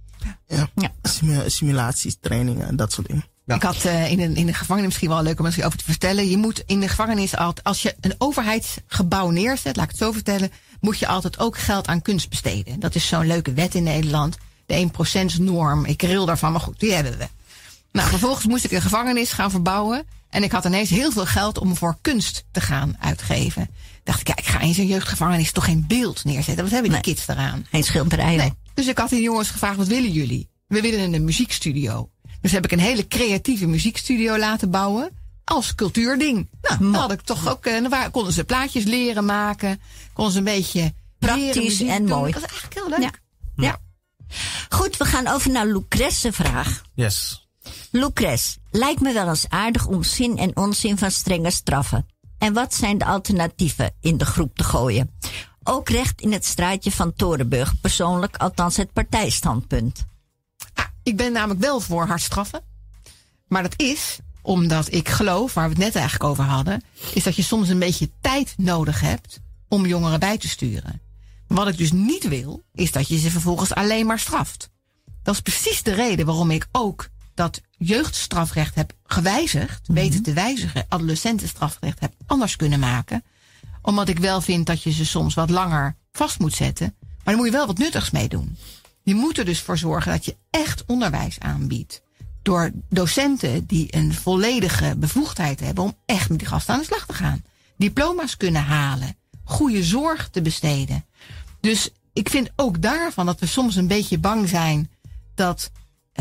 simulaties, trainingen en dat soort dingen. Ja. Ik had in de gevangenis misschien wel leuk om eens over te vertellen. Je moet in de gevangenis altijd, als je een overheidsgebouw neerzet, laat ik het zo vertellen, moet je altijd ook geld aan kunst besteden. Dat is zo'n leuke wet in Nederland. De 1% norm. Ik ril daarvan, maar goed, die hebben we. Nou, vervolgens moest ik een gevangenis gaan verbouwen. En ik had ineens heel veel geld om voor kunst te gaan uitgeven. Dacht ik, ik ga in zo'n jeugdgevangenis toch geen beeld neerzetten. Wat hebben die kids eraan? Geen schilderijen. Nee. Dus ik had die jongens gevraagd, wat willen jullie? We willen een muziekstudio. Dus heb ik een hele creatieve muziekstudio laten bouwen. Als cultuurding. Nou, dan had ik toch ook, dan konden ze plaatjes leren maken. Konden ze een beetje praktisch en doen. mooi. Dat was eigenlijk heel leuk. Ja. Goed, we gaan over naar Lucrèce's vraag. Yes. Lucrèce, lijkt me wel eens aardig om zin en onzin van strenge straffen. En wat zijn de alternatieven in de groep te gooien? Ook recht in het straatje van Torenburg. Persoonlijk, althans het partijstandpunt. Ik ben namelijk wel voor hard straffen. Maar dat is omdat ik geloof, waar we het net eigenlijk over hadden, is dat je soms een beetje tijd nodig hebt om jongeren bij te sturen. Maar wat ik dus niet wil, is dat je ze vervolgens alleen maar straft. Dat is precies de reden waarom ik ook dat jeugdstrafrecht heb gewijzigd, weten te wijzigen, adolescentenstrafrecht heb anders kunnen maken. Omdat ik wel vind dat je ze soms wat langer vast moet zetten. Maar dan moet je wel wat nuttigs mee doen. Je moet er dus voor zorgen dat je echt onderwijs aanbiedt. Door docenten die een volledige bevoegdheid hebben om echt met die gasten aan de slag te gaan. Diploma's kunnen halen. Goede zorg te besteden. Dus ik vind ook daarvan dat we soms een beetje bang zijn dat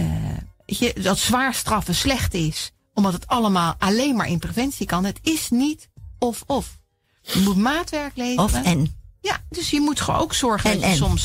zwaar straffen slecht is. Omdat het allemaal alleen maar in preventie kan. Het is niet of. Je moet maatwerk leveren. Of en. Ja, dus je moet gewoon ook zorgen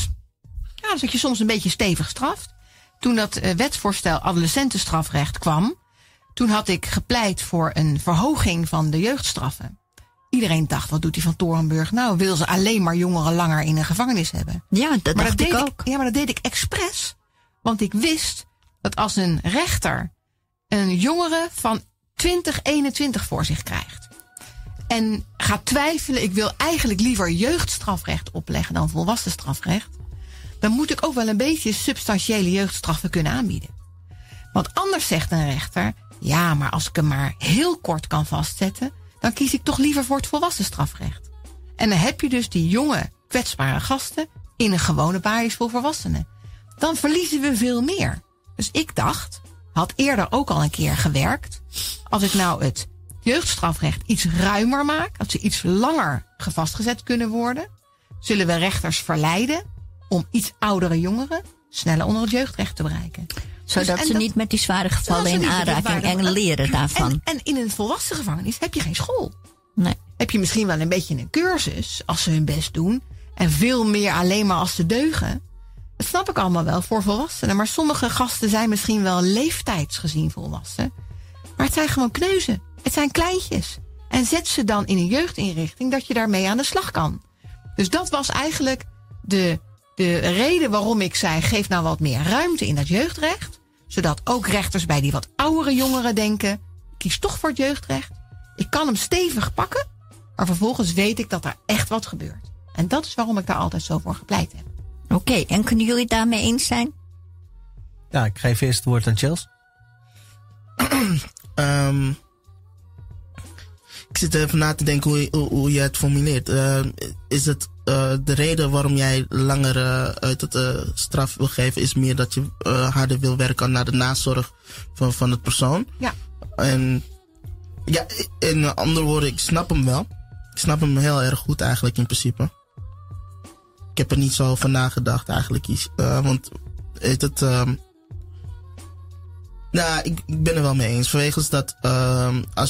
dat je soms een beetje stevig straft. Toen dat wetsvoorstel adolescentenstrafrecht kwam, toen had ik gepleit voor een verhoging van de jeugdstraffen. Iedereen dacht, wat doet die Van Torenburg nou? Wil ze alleen maar jongeren langer in een gevangenis hebben? Ja, dat dacht ik ook. Ja, maar dat deed ik expres. Want ik wist dat als een rechter een jongere van 2021 voor zich krijgt en gaat twijfelen, ik wil eigenlijk liever jeugdstrafrecht opleggen dan volwassen strafrecht, dan moet ik ook wel een beetje substantiële jeugdstraffen kunnen aanbieden. Want anders zegt een rechter, ja, maar als ik hem maar heel kort kan vastzetten, dan kies ik toch liever voor het volwassen strafrecht. En dan heb je dus die jonge, kwetsbare gasten in een gewone basis voor volwassenen. Dan verliezen we veel meer. Dus ik dacht, had eerder ook al een keer gewerkt, als ik nou het jeugdstrafrecht iets ruimer maak, dat ze iets langer vastgezet kunnen worden, zullen we rechters verleiden om iets oudere jongeren sneller onder het jeugdrecht te bereiken. Zodat ze niet met die zware gevallen in aanraking en leren daarvan. En in een volwassen gevangenis heb je geen school. Nee. Heb je misschien wel een beetje een cursus als ze hun best doen. En veel meer alleen maar als ze deugen. Dat snap ik allemaal wel voor volwassenen. Maar sommige gasten zijn misschien wel leeftijdsgezien volwassen. Maar het zijn gewoon kneuzen. Het zijn kleintjes. En zet ze dan in een jeugdinrichting dat je daarmee aan de slag kan. Dus dat was eigenlijk de reden waarom ik zei, geef nou wat meer ruimte in dat jeugdrecht. Zodat ook rechters bij die wat oudere jongeren denken, kies toch voor het jeugdrecht. Ik kan hem stevig pakken, maar vervolgens weet ik dat er echt wat gebeurt. En dat is waarom ik daar altijd zo voor gepleit heb. Oké, en kunnen jullie het daarmee eens zijn? Ja, ik geef eerst het woord aan Chels. Ik zit even na te denken hoe je het formuleert. Is het de reden waarom jij langer uit het straf wil geven, is meer dat je harder wil werken naar de nazorg van het persoon? Ja. En ja, in andere woorden, ik snap hem wel. Ik snap hem heel erg goed eigenlijk in principe. Ik heb er niet zo over nagedacht eigenlijk. Want nou, ik ben er wel mee eens. Vanwege dat als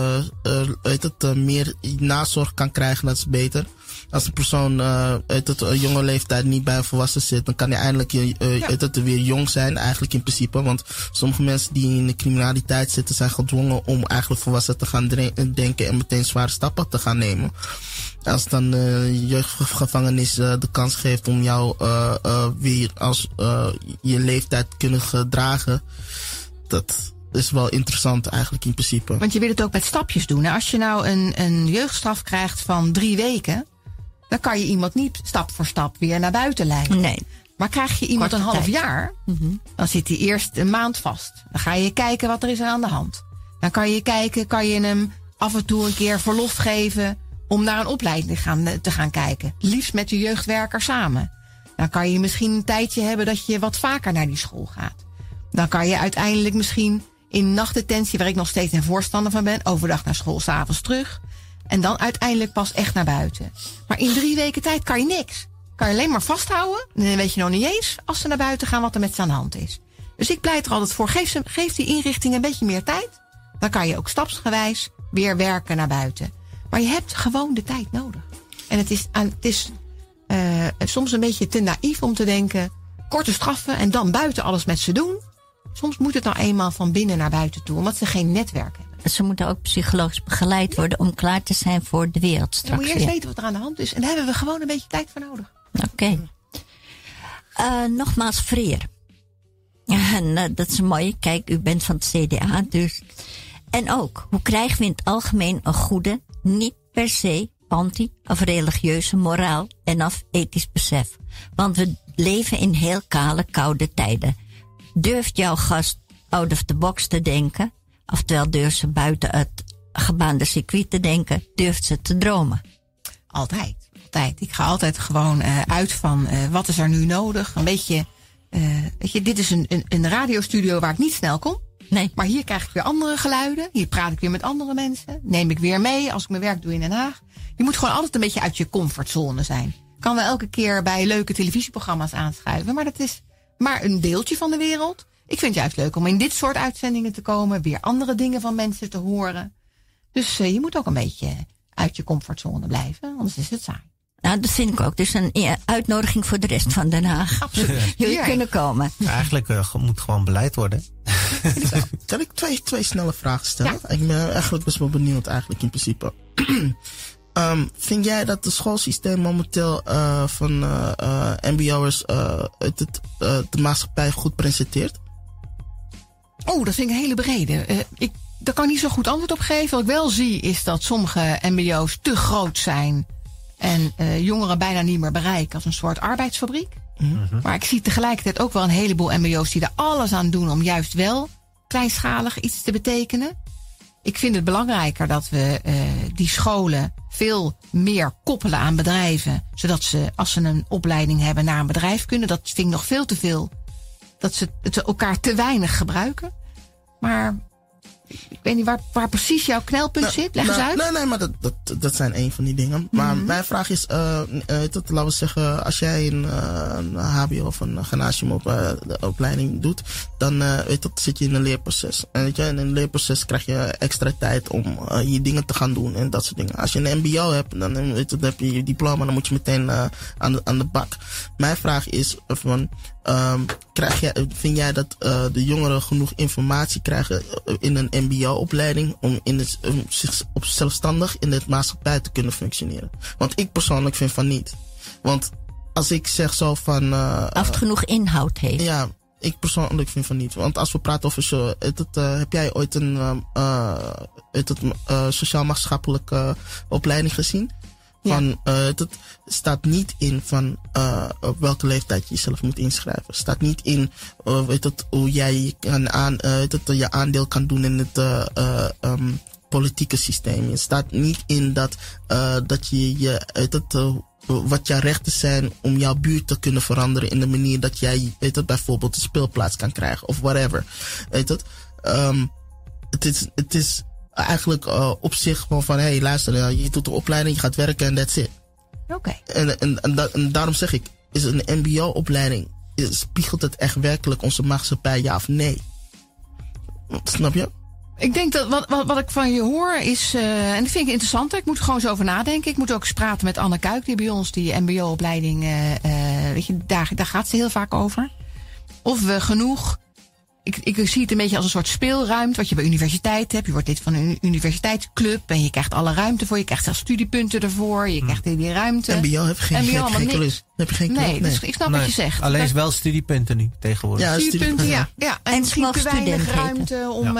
je meer nazorg kan krijgen, dat is beter. Als een persoon uit een jonge leeftijd niet bij een volwassen zit, dan kan hij eindelijk weer jong zijn, eigenlijk in principe. Want sommige mensen die in de criminaliteit zitten, zijn gedwongen om eigenlijk volwassen te gaan denken en meteen zware stappen te gaan nemen. Als dan jeugdgevangenis de kans geeft om jou weer als je leeftijd te kunnen gedragen, dat is wel interessant eigenlijk in principe. Want je wil het ook met stapjes doen. Als je nou een jeugdstraf krijgt van 3 weken, dan kan je iemand niet stap voor stap weer naar buiten leiden. Nee. Maar krijg je iemand Korte een half tijd. jaar, dan zit hij eerst een maand vast. Dan ga je kijken wat er is aan de hand. Dan kan je kijken, kan je hem af en toe een keer verlof geven om naar een opleiding te gaan kijken. Liefst met de jeugdwerker samen. Dan kan je misschien een tijdje hebben dat je wat vaker naar die school gaat. Dan kan je uiteindelijk misschien in nachtdetentie, waar ik nog steeds een voorstander van ben, overdag naar school, 's avonds terug. En dan uiteindelijk pas echt naar buiten. Maar in 3 weken tijd kan je niks. Kan je alleen maar vasthouden. En dan weet je nog niet eens, als ze naar buiten gaan, wat er met ze aan de hand is. Dus ik pleit er altijd voor, geef die inrichting een beetje meer tijd. Dan kan je ook stapsgewijs weer werken naar buiten. Maar je hebt gewoon de tijd nodig. En het is soms een beetje te naïef om te denken, korte straffen en dan buiten alles met ze doen. Soms moet het nou eenmaal van binnen naar buiten toe, omdat ze geen netwerk hebben. Ze moeten ook psychologisch begeleid worden om klaar te zijn voor de wereld Dan straks moet je eerst weer. weten wat er aan de hand is. En daar hebben we gewoon een beetje tijd voor nodig. Oké. Nogmaals, Freer. En dat is mooi. Kijk, u bent van het CDA dus. En ook, hoe krijgen we in het algemeen een goede, niet per se anti- of religieuze moraal en of ethisch besef? Want we leven in heel kale, koude tijden. Durft jouw gast out of the box te denken? Oftewel, durft ze buiten het gebaande circuit te denken? Durft ze te dromen? Altijd. Ik ga altijd gewoon uit van wat is er nu nodig. Een beetje weet je, dit is een radiostudio waar ik niet snel kom. Nee. Maar hier krijg ik weer andere geluiden. Hier praat ik weer met andere mensen. Neem ik weer mee als ik mijn werk doe in Den Haag. Je moet gewoon altijd een beetje uit je comfortzone zijn. Ik kan wel elke keer bij leuke televisieprogramma's aanschuiven. Maar dat is maar een deeltje van de wereld. Ik vind het juist leuk om in dit soort uitzendingen te komen. Weer andere dingen van mensen te horen. Dus je moet ook een beetje uit je comfortzone blijven. Anders is het saai. Nou, dat vind ik ook. Dus een uitnodiging voor de rest van Den Haag. Absoluut. Jullie kunnen komen. Eigenlijk moet gewoon beleid worden. Kan ik twee snelle vragen stellen? Ja. Ik ben eigenlijk best wel benieuwd eigenlijk in principe. Vind jij dat het schoolsysteem momenteel van mbo'ers de maatschappij goed presenteert? Oh, dat vind ik een hele brede. Daar kan ik niet zo goed antwoord op geven. Wat ik wel zie is dat sommige mbo's te groot zijn. En jongeren bijna niet meer bereiken als een soort arbeidsfabriek. Mm-hmm. Maar ik zie tegelijkertijd ook wel een heleboel mbo's die er alles aan doen om juist wel kleinschalig iets te betekenen. Ik vind het belangrijker dat we die scholen veel meer koppelen aan bedrijven. Zodat ze, als ze een opleiding hebben, naar een bedrijf kunnen. Dat vind ik nog veel te veel. Dat ze het elkaar te weinig gebruiken. Maar ik weet niet waar precies jouw knelpunt zit. Leg eens uit. Nee, maar dat zijn een van die dingen. Maar mijn vraag is, laten we zeggen, als jij een hbo of een gymnasium opleiding doet, dan zit je in een leerproces. En in een leerproces krijg je extra tijd om je dingen te gaan doen en dat soort dingen. Als je een mbo hebt, dan heb je je diploma, dan moet je meteen aan de bak. Mijn vraag is van, vind jij dat de jongeren genoeg informatie krijgen in een mbo-opleiding om zich zelfstandig in de maatschappij te kunnen functioneren? Want ik persoonlijk vind van niet. Want als ik zeg zo van... of het genoeg inhoud heeft. Ja, ik persoonlijk vind van niet. Want als we praten over zo... heb jij ooit een sociaal-maatschappelijke opleiding gezien? Van, het staat niet in van op welke leeftijd je jezelf moet inschrijven. Het staat niet in hoe jij je aandeel kan doen in het politieke systeem. Het staat niet in dat je wat jouw rechten zijn om jouw buurt te kunnen veranderen in de manier dat jij bijvoorbeeld een speelplaats kan krijgen of whatever. Het is eigenlijk op zich gewoon van, hey, luister, je doet de opleiding, je gaat werken en that's it. Oké. En daarom zeg ik, is een mbo-opleiding, spiegelt het echt werkelijk onze maatschappij, ja of nee? Snap je? Ik denk dat wat ik van je hoor is, en dat vind ik interessant, ik moet er gewoon zo over nadenken. Ik moet ook eens praten met Anne Kuik, die bij ons die mbo-opleiding, weet je, daar gaat ze heel vaak over. Of we genoeg... Ik zie het een beetje als een soort speelruimte wat je bij universiteit hebt. Je wordt lid van een universiteitsclub en je krijgt alle ruimte voor. Je krijgt zelfs studiepunten ervoor. Je krijgt die ruimte. MBO heb je geen klus. Heb je geen klus? Nee, dus ik snap wat je zegt. Alleen wel studiepunten nu tegenwoordig. Ja, studiepunten, ja. En misschien te weinig ruimte om...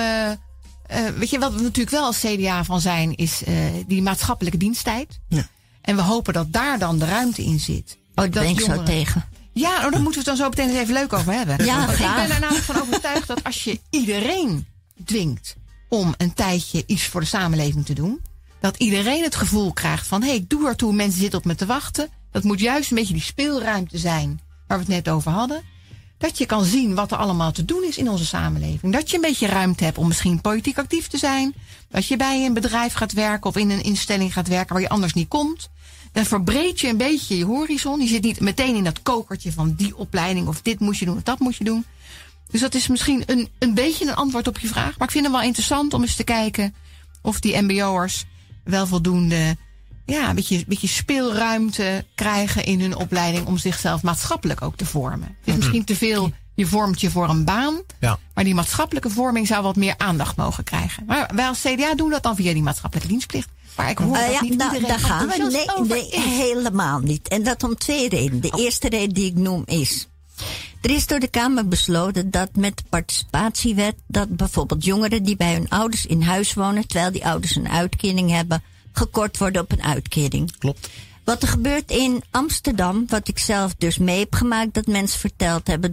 weet je, wat we natuurlijk wel als CDA van zijn, is die maatschappelijke diensttijd. Ja. En we hopen dat daar dan de ruimte in zit. Oh, daar ben ik zo tegen. Ja, daar moeten we het dan zo meteen eens even leuk over hebben. Ja, ik ben er namelijk van overtuigd dat als je iedereen dwingt om een tijdje iets voor de samenleving te doen, dat iedereen het gevoel krijgt van, ik doe ertoe, mensen zitten op me te wachten. Dat moet juist een beetje die speelruimte zijn waar we het net over hadden. Dat je kan zien wat er allemaal te doen is in onze samenleving. Dat je een beetje ruimte hebt om misschien politiek actief te zijn. Dat je bij een bedrijf gaat werken of in een instelling gaat werken waar je anders niet komt. Dan verbreed je een beetje je horizon. Je zit niet meteen in dat kokertje van die opleiding of dit moet je doen of dat moet je doen. Dus dat is misschien een beetje een antwoord op je vraag. Maar ik vind het wel interessant om eens te kijken of die mbo'ers wel voldoende een beetje speelruimte krijgen in hun opleiding om zichzelf maatschappelijk ook te vormen. Het is misschien te veel, je vormt je voor een baan. Ja. Maar die maatschappelijke vorming zou wat meer aandacht mogen krijgen. Maar wij als CDA doen dat dan via die maatschappelijke dienstplicht. Maar ik hoor dat niet iedereen... Daar gaan we. Nee, helemaal niet. En dat om twee redenen. De eerste reden die ik noem is... Er is door de Kamer besloten dat met de participatiewet, dat bijvoorbeeld jongeren die bij hun ouders in huis wonen, terwijl die ouders een uitkering hebben, gekort worden op een uitkering. Klopt. Wat er gebeurt in Amsterdam, wat ik zelf dus mee heb gemaakt, dat mensen verteld hebben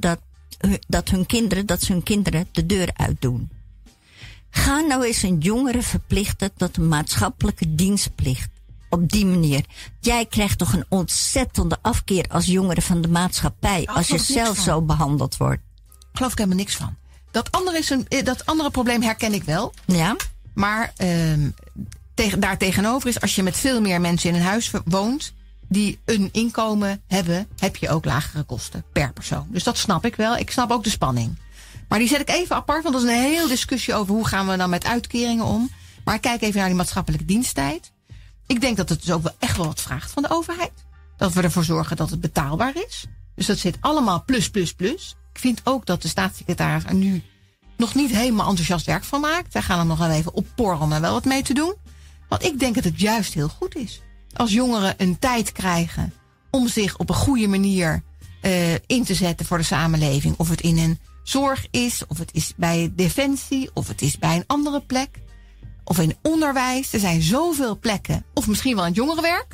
dat ze hun kinderen de deur uitdoen. Ga nou eens een jongere verplichten tot een maatschappelijke dienstplicht. op die manier. Jij krijgt toch een ontzettende afkeer als jongere van de maatschappij. Als je zelf zo behandeld wordt. Geloof ik helemaal niks van. Dat andere probleem herken ik wel. Ja. Maar daar tegenover is, als je met veel meer mensen in een huis woont die een inkomen hebben, heb je ook lagere kosten per persoon. Dus dat snap ik wel. Ik snap ook de spanning. Maar die zet ik even apart, want dat is een hele discussie over hoe gaan we dan met uitkeringen om. Maar ik kijk even naar die maatschappelijke diensttijd. Ik denk dat het dus ook wel echt wel wat vraagt van de overheid. Dat we ervoor zorgen dat het betaalbaar is. Dus dat zit allemaal plus. Ik vind ook dat de staatssecretaris er nu nog niet helemaal enthousiast werk van maakt. Wij gaan er nog wel even op porren om er wel wat mee te doen. Want ik denk dat het juist heel goed is. Als jongeren een tijd krijgen om zich op een goede manier in te zetten voor de samenleving. Of het in een zorg is, of het is bij Defensie, of het is bij een andere plek. Of in onderwijs. Er zijn zoveel plekken, of misschien wel in het jongerenwerk,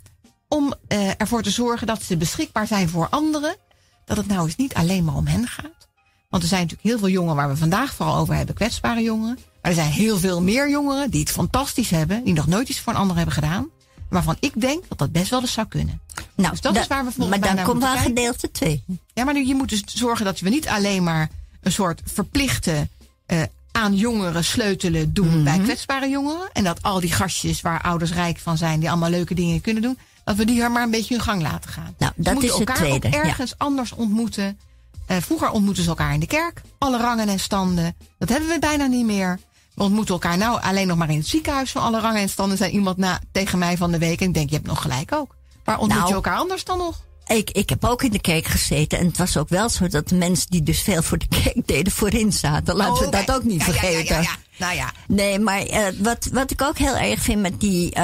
om ervoor te zorgen dat ze beschikbaar zijn voor anderen. Dat het nou eens niet alleen maar om hen gaat. Want er zijn natuurlijk heel veel jongeren waar we vandaag vooral over hebben, kwetsbare jongeren. Maar er zijn heel veel meer jongeren die het fantastisch hebben, die nog nooit iets voor een ander hebben gedaan. Waarvan ik denk dat dat best wel eens zou kunnen. Nou, dus dat is waar we volgens mij maar dan naar komt wel moeten gedeelte 2. Ja, maar je moet dus zorgen dat we niet alleen maar een soort verplichte aan jongeren sleutelen doen bij kwetsbare jongeren. En dat al die gastjes waar ouders rijk van zijn, die allemaal leuke dingen kunnen doen, dat we die er maar een beetje hun gang laten gaan. Nou, dat ze is het elkaar tweede. Ook ergens anders ontmoeten. Vroeger ontmoeten ze elkaar in de kerk. Alle rangen en standen. Dat hebben we bijna niet meer. We ontmoeten elkaar nou alleen nog maar in het ziekenhuis van alle rangen en standen. Zei iemand tegen mij van de week. En ik denk, je hebt nog gelijk ook. Waar ontmoet je elkaar anders dan nog? Ik heb ook in de kerk gezeten. En het was ook wel zo dat de mensen die dus veel voor de kerk deden voorin zaten. Laten we dat ook niet vergeten. Ja. Nou ja. Nee, maar wat ik ook heel erg vind met die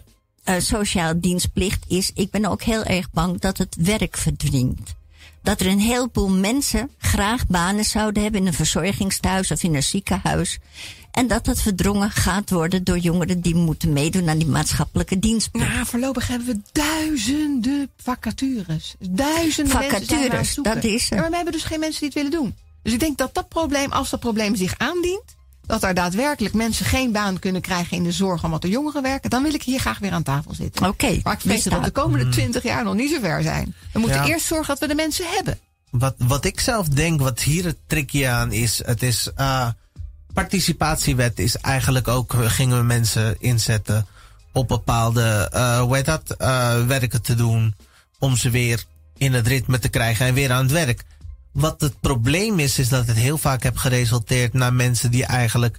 sociale dienstplicht is, ik ben ook heel erg bang dat het werk verdringt. Dat er een heleboel mensen graag banen zouden hebben in een verzorgingstehuis of in een ziekenhuis. En dat het verdrongen gaat worden door jongeren die moeten meedoen aan die maatschappelijke dienstplicht. Nou, voorlopig hebben we duizenden vacatures. Duizenden mensen aan het zoeken. Dat is er. Ja, maar we hebben dus geen mensen die het willen doen. Dus ik denk dat probleem, als dat probleem zich aandient, dat er daadwerkelijk mensen geen baan kunnen krijgen in de zorg omdat de jongeren werken, dan wil ik hier graag weer aan tafel zitten. Oké. Maar ik vrees dat de komende 20 jaar nog niet zo ver zijn. We moeten eerst zorgen dat we de mensen hebben. Wat ik zelf denk, wat hier het tricky aan is, het is participatiewet is eigenlijk ook, gingen we mensen inzetten op bepaalde, werken te doen om ze weer in het ritme te krijgen en weer aan het werk. Wat het probleem is dat het heel vaak heeft geresulteerd naar mensen die eigenlijk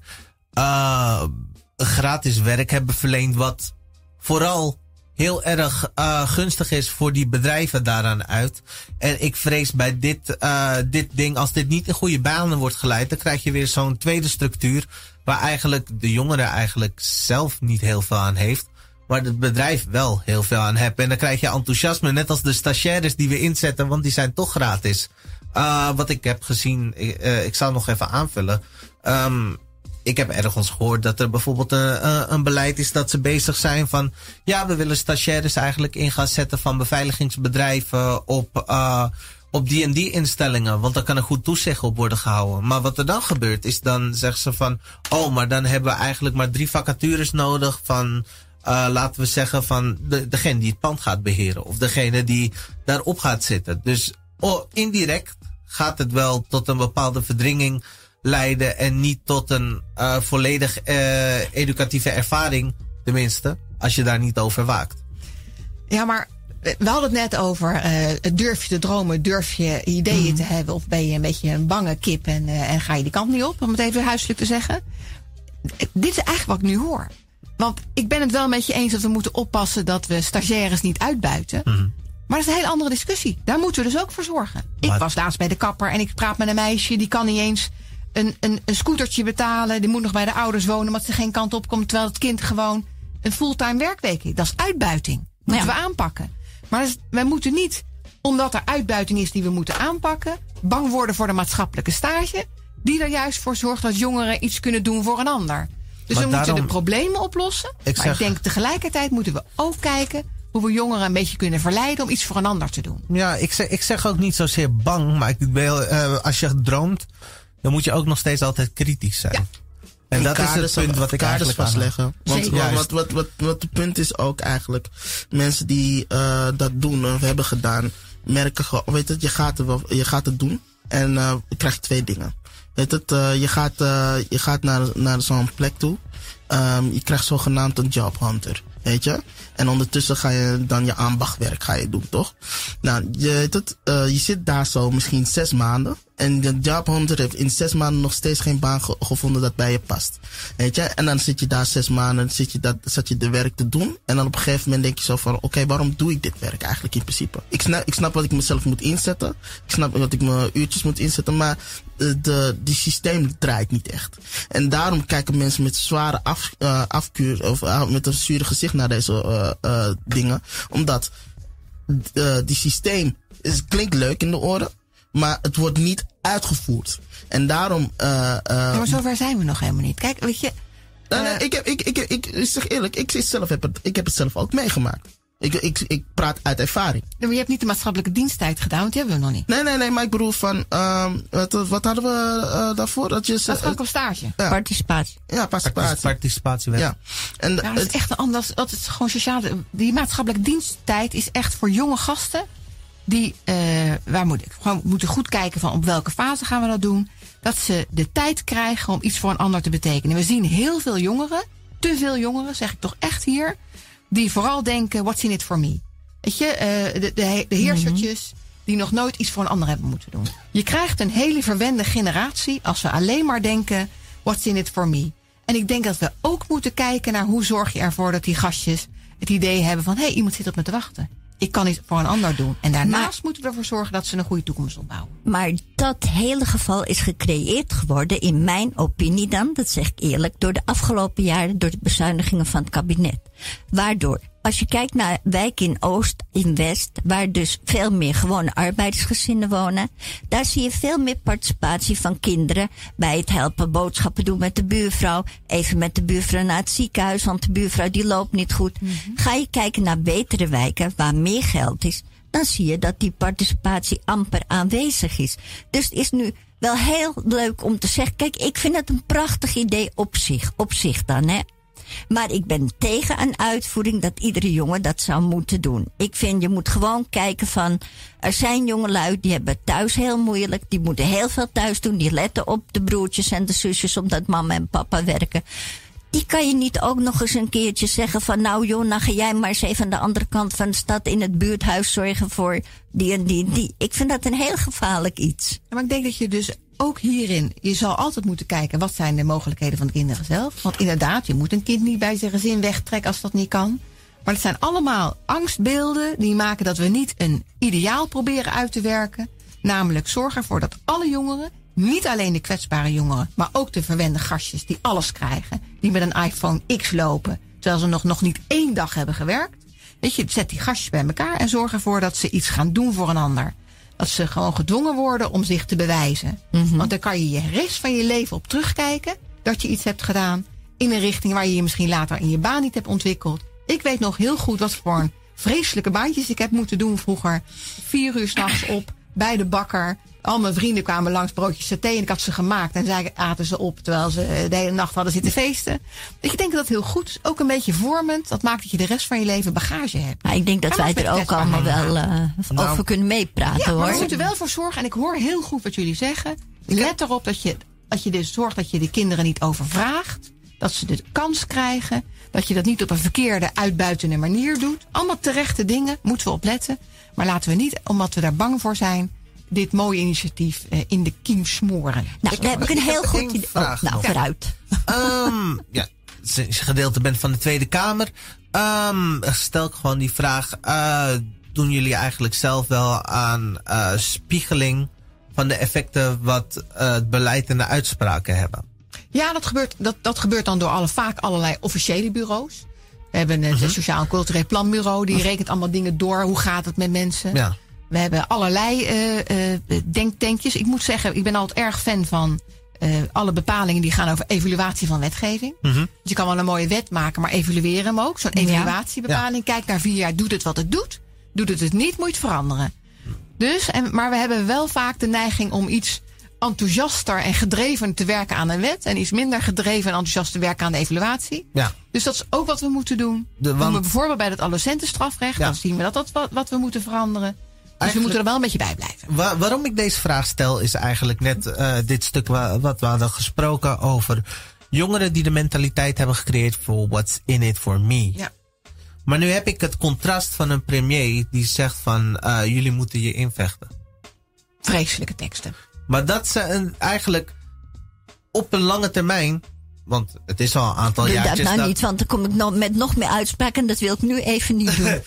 gratis werk hebben verleend, wat vooral heel erg gunstig is voor die bedrijven daaraan uit. En ik vrees bij dit ding, als dit niet in goede banen wordt geleid, dan krijg je weer zo'n tweede structuur waar eigenlijk de jongere eigenlijk zelf niet heel veel aan heeft, waar het bedrijf wel heel veel aan heeft. En dan krijg je enthousiasme, net als de stagiaires die we inzetten, want die zijn toch gratis. Wat ik heb gezien, ik zal nog even aanvullen. Ik heb ergens gehoord dat er bijvoorbeeld een beleid is dat ze bezig zijn van, ja, we willen stagiaires eigenlijk in gaan zetten van beveiligingsbedrijven op die en die instellingen. Want daar kan er goed toezicht op worden gehouden. Maar wat er dan gebeurt is, dan zeggen ze van, maar dan hebben we eigenlijk maar 3 vacatures nodig van, laten we zeggen van degene die het pand gaat beheren. Of degene die daarop gaat zitten. Dus indirect gaat het wel tot een bepaalde verdringing leiden en niet tot een volledig educatieve ervaring, tenminste, als je daar niet over waakt. Ja, maar we hadden het net over, durf je te dromen, durf je ideeën te hebben, of ben je een beetje een bange kip en ga je die kant niet op, om het even huiselijk te zeggen. Dit is eigenlijk wat ik nu hoor. Want ik ben het wel met je eens dat we moeten oppassen dat we stagiaires niet uitbuiten. Maar dat is een hele andere discussie. Daar moeten we dus ook voor zorgen. Ik was laatst bij de kapper en ik praat met een meisje, die kan niet eens een scootertje betalen. Die moet nog bij de ouders wonen, omdat ze geen kant op komt, terwijl het kind gewoon een fulltime werkweek heeft. Dat is uitbuiting. Moeten we aanpakken. Maar wij moeten niet, omdat er uitbuiting is die we moeten aanpakken, bang worden voor de maatschappelijke stage, die er juist voor zorgt dat jongeren iets kunnen doen voor een ander. Dus we moeten de problemen oplossen. Ik denk tegelijkertijd moeten we ook kijken hoe we jongeren een beetje kunnen verleiden om iets voor een ander te doen. Ja, ik zeg ook niet zozeer bang, maar als je droomt, dan moet je ook nog steeds altijd kritisch zijn. En dat is het punt wat ik eigenlijk vastleggen. Want wat het punt is ook eigenlijk, mensen die dat doen of hebben gedaan, merken gewoon, weet het, je gaat het doen en je krijgt 2 dingen. Weet het, je gaat naar zo'n plek toe, je krijgt zogenaamd een jobhunter, weet je. En ondertussen ga je dan je ambachtwerk doen, toch? Nou, je zit daar zo misschien 6 maanden. En de jobhunter heeft in 6 maanden nog steeds geen baan gevonden dat bij je past. Weet je? En dan zit je daar 6 maanden, zat je de werk te doen. En dan op een gegeven moment denk je zo van, oké, waarom doe ik dit werk eigenlijk in principe? Ik snap wat ik mezelf moet inzetten. Ik snap wat ik mijn uurtjes moet inzetten. Maar die systeem draait niet echt. En daarom kijken mensen met zware afkeur of met een zure gezicht naar deze dingen. Omdat die systeem klinkt leuk in de oren, maar het wordt niet uitgevoerd. En daarom maar zover zijn we nog helemaal niet. Kijk, weet je. Ik zeg eerlijk, ik heb het zelf ook meegemaakt. Ik praat uit ervaring. Maar je hebt niet de maatschappelijke diensttijd gedaan, want die hebben we nog niet. Nee, maar ik bedoel van, wat hadden we daarvoor? Maatschappelijke stage. Ja. Participatie. Ja, Participatiewet. Ja. En dat is echt anders. Dat is gewoon sociaal. Die maatschappelijke diensttijd is echt voor jonge gasten. Die moeten goed kijken van op welke fase gaan we dat doen. Dat ze de tijd krijgen om iets voor een ander te betekenen. We zien heel veel jongeren, te veel jongeren, zeg ik toch echt hier, die vooral denken, what's in it for me? Weet je, de heersertjes die nog nooit iets voor een ander hebben moeten doen. Je krijgt een hele verwende generatie als we alleen maar denken, what's in it for me? En ik denk dat we ook moeten kijken naar hoe zorg je ervoor dat die gastjes het idee hebben van, hé, iemand zit op me te wachten. Ik kan iets voor een ander doen. En daarnaast moeten we ervoor zorgen dat ze een goede toekomst opbouwen. Maar dat hele geval is gecreëerd geworden, in mijn opinie dan, dat zeg ik eerlijk, door de afgelopen jaren, door de bezuinigingen van het kabinet. Waardoor, als je kijkt naar wijken in Oost, in West, waar dus veel meer gewone arbeidersgezinnen wonen, daar zie je veel meer participatie van kinderen bij het helpen boodschappen doen met de buurvrouw, even met de buurvrouw naar het ziekenhuis, want de buurvrouw die loopt niet goed. Ga je kijken naar betere wijken, waar meer geld is, dan zie je dat die participatie amper aanwezig is. Dus het is nu wel heel leuk om te zeggen, kijk, ik vind het een prachtig idee op zich dan, hè. Maar ik ben tegen een uitvoering dat iedere jongen dat zou moeten doen. Ik vind, je moet gewoon kijken van, er zijn jongelui die hebben thuis heel moeilijk, die moeten heel veel thuis doen, die letten op de broertjes en de zusjes omdat mama en papa werken. Die kan je niet ook nog eens een keertje zeggen van, nou joh, dan ga jij maar eens even aan de andere kant van de stad in het buurthuis zorgen voor die en die en die. Ik vind dat een heel gevaarlijk iets. Ja, maar ik denk dat je dus ook hierin, je zal altijd moeten kijken, wat zijn de mogelijkheden van de kinderen zelf? Want inderdaad, je moet een kind niet bij zijn gezin wegtrekken als dat niet kan. Maar het zijn allemaal angstbeelden die maken dat we niet een ideaal proberen uit te werken. Namelijk zorgen ervoor dat alle jongeren, niet alleen de kwetsbare jongeren, maar ook de verwende gastjes die alles krijgen, die met een iPhone X lopen, terwijl ze nog niet 1 dag hebben gewerkt. Weet je, zet die gastjes bij elkaar en zorg ervoor dat ze iets gaan doen voor een ander. Dat ze gewoon gedwongen worden om zich te bewijzen. Want dan kan je je rest van je leven op terugkijken dat je iets hebt gedaan in een richting waar je je misschien later in je baan niet hebt ontwikkeld. Ik weet nog heel goed wat voor een vreselijke baantjes ik heb moeten doen vroeger. 4 uur 's nachts op, bij de bakker. Al mijn vrienden kwamen langs, broodjes saté en ik had ze gemaakt. En zij aten ze op terwijl ze de hele nacht hadden zitten feesten. Ik denk dat dat heel goed is. Ook een beetje vormend. Dat maakt dat je de rest van je leven bagage hebt. Maar ik denk dat wij er ook allemaal wel over kunnen meepraten, ja, hoor. Maar we moeten er wel voor zorgen. En ik hoor heel goed wat jullie zeggen. Let erop dat je dus zorgt dat je de kinderen niet overvraagt. Dat ze de kans krijgen. Dat je dat niet op een verkeerde, uitbuitende manier doet. Allemaal terechte dingen. Moeten we op letten. Maar laten we niet, omdat we daar bang voor zijn, dit mooie initiatief in de kiem smoren. Nou, daar heb ik een heel goed idee. Nou, vooruit. Ja, als je gedeelte bent van de Tweede Kamer, stel ik gewoon die vraag, doen jullie eigenlijk zelf wel aan spiegeling van de effecten wat het beleid en de uitspraken hebben? Ja, dat gebeurt dan door vaak allerlei officiële bureaus. We hebben het Sociaal en Cultureel Planbureau, die rekent allemaal dingen door. Hoe gaat het met mensen? Ja. We hebben allerlei denktankjes. Ik moet zeggen, ik ben altijd erg fan van alle bepalingen die gaan over evaluatie van wetgeving. Dus je kan wel een mooie wet maken, maar evalueren hem ook. Zo'n evaluatiebepaling. Ja. Kijk naar 4 jaar, doet het wat het doet. Doet het niet, moet je het veranderen. Dus, maar we hebben wel vaak de neiging om iets enthousiaster en gedreven te werken aan een wet. En iets minder gedreven en enthousiast te werken aan de evaluatie. Ja. Dus dat is ook wat we moeten doen. Doen we bijvoorbeeld bij het adolescentenstrafrecht. Dan zien we dat wat we moeten veranderen. Dus we moeten er wel een beetje bij blijven. Waarom ik deze vraag stel is eigenlijk net dit stuk wat we hadden gesproken over jongeren die de mentaliteit hebben gecreëerd voor what's in it for me. Ja. Maar nu heb ik het contrast van een premier die zegt van jullie moeten je invechten. Vreselijke teksten. Maar dat ze eigenlijk op een lange termijn, want het is al een aantal jaartjes. Dat nou niet, want dan kom ik met nog meer uitspraken en dat wil ik nu even niet doen.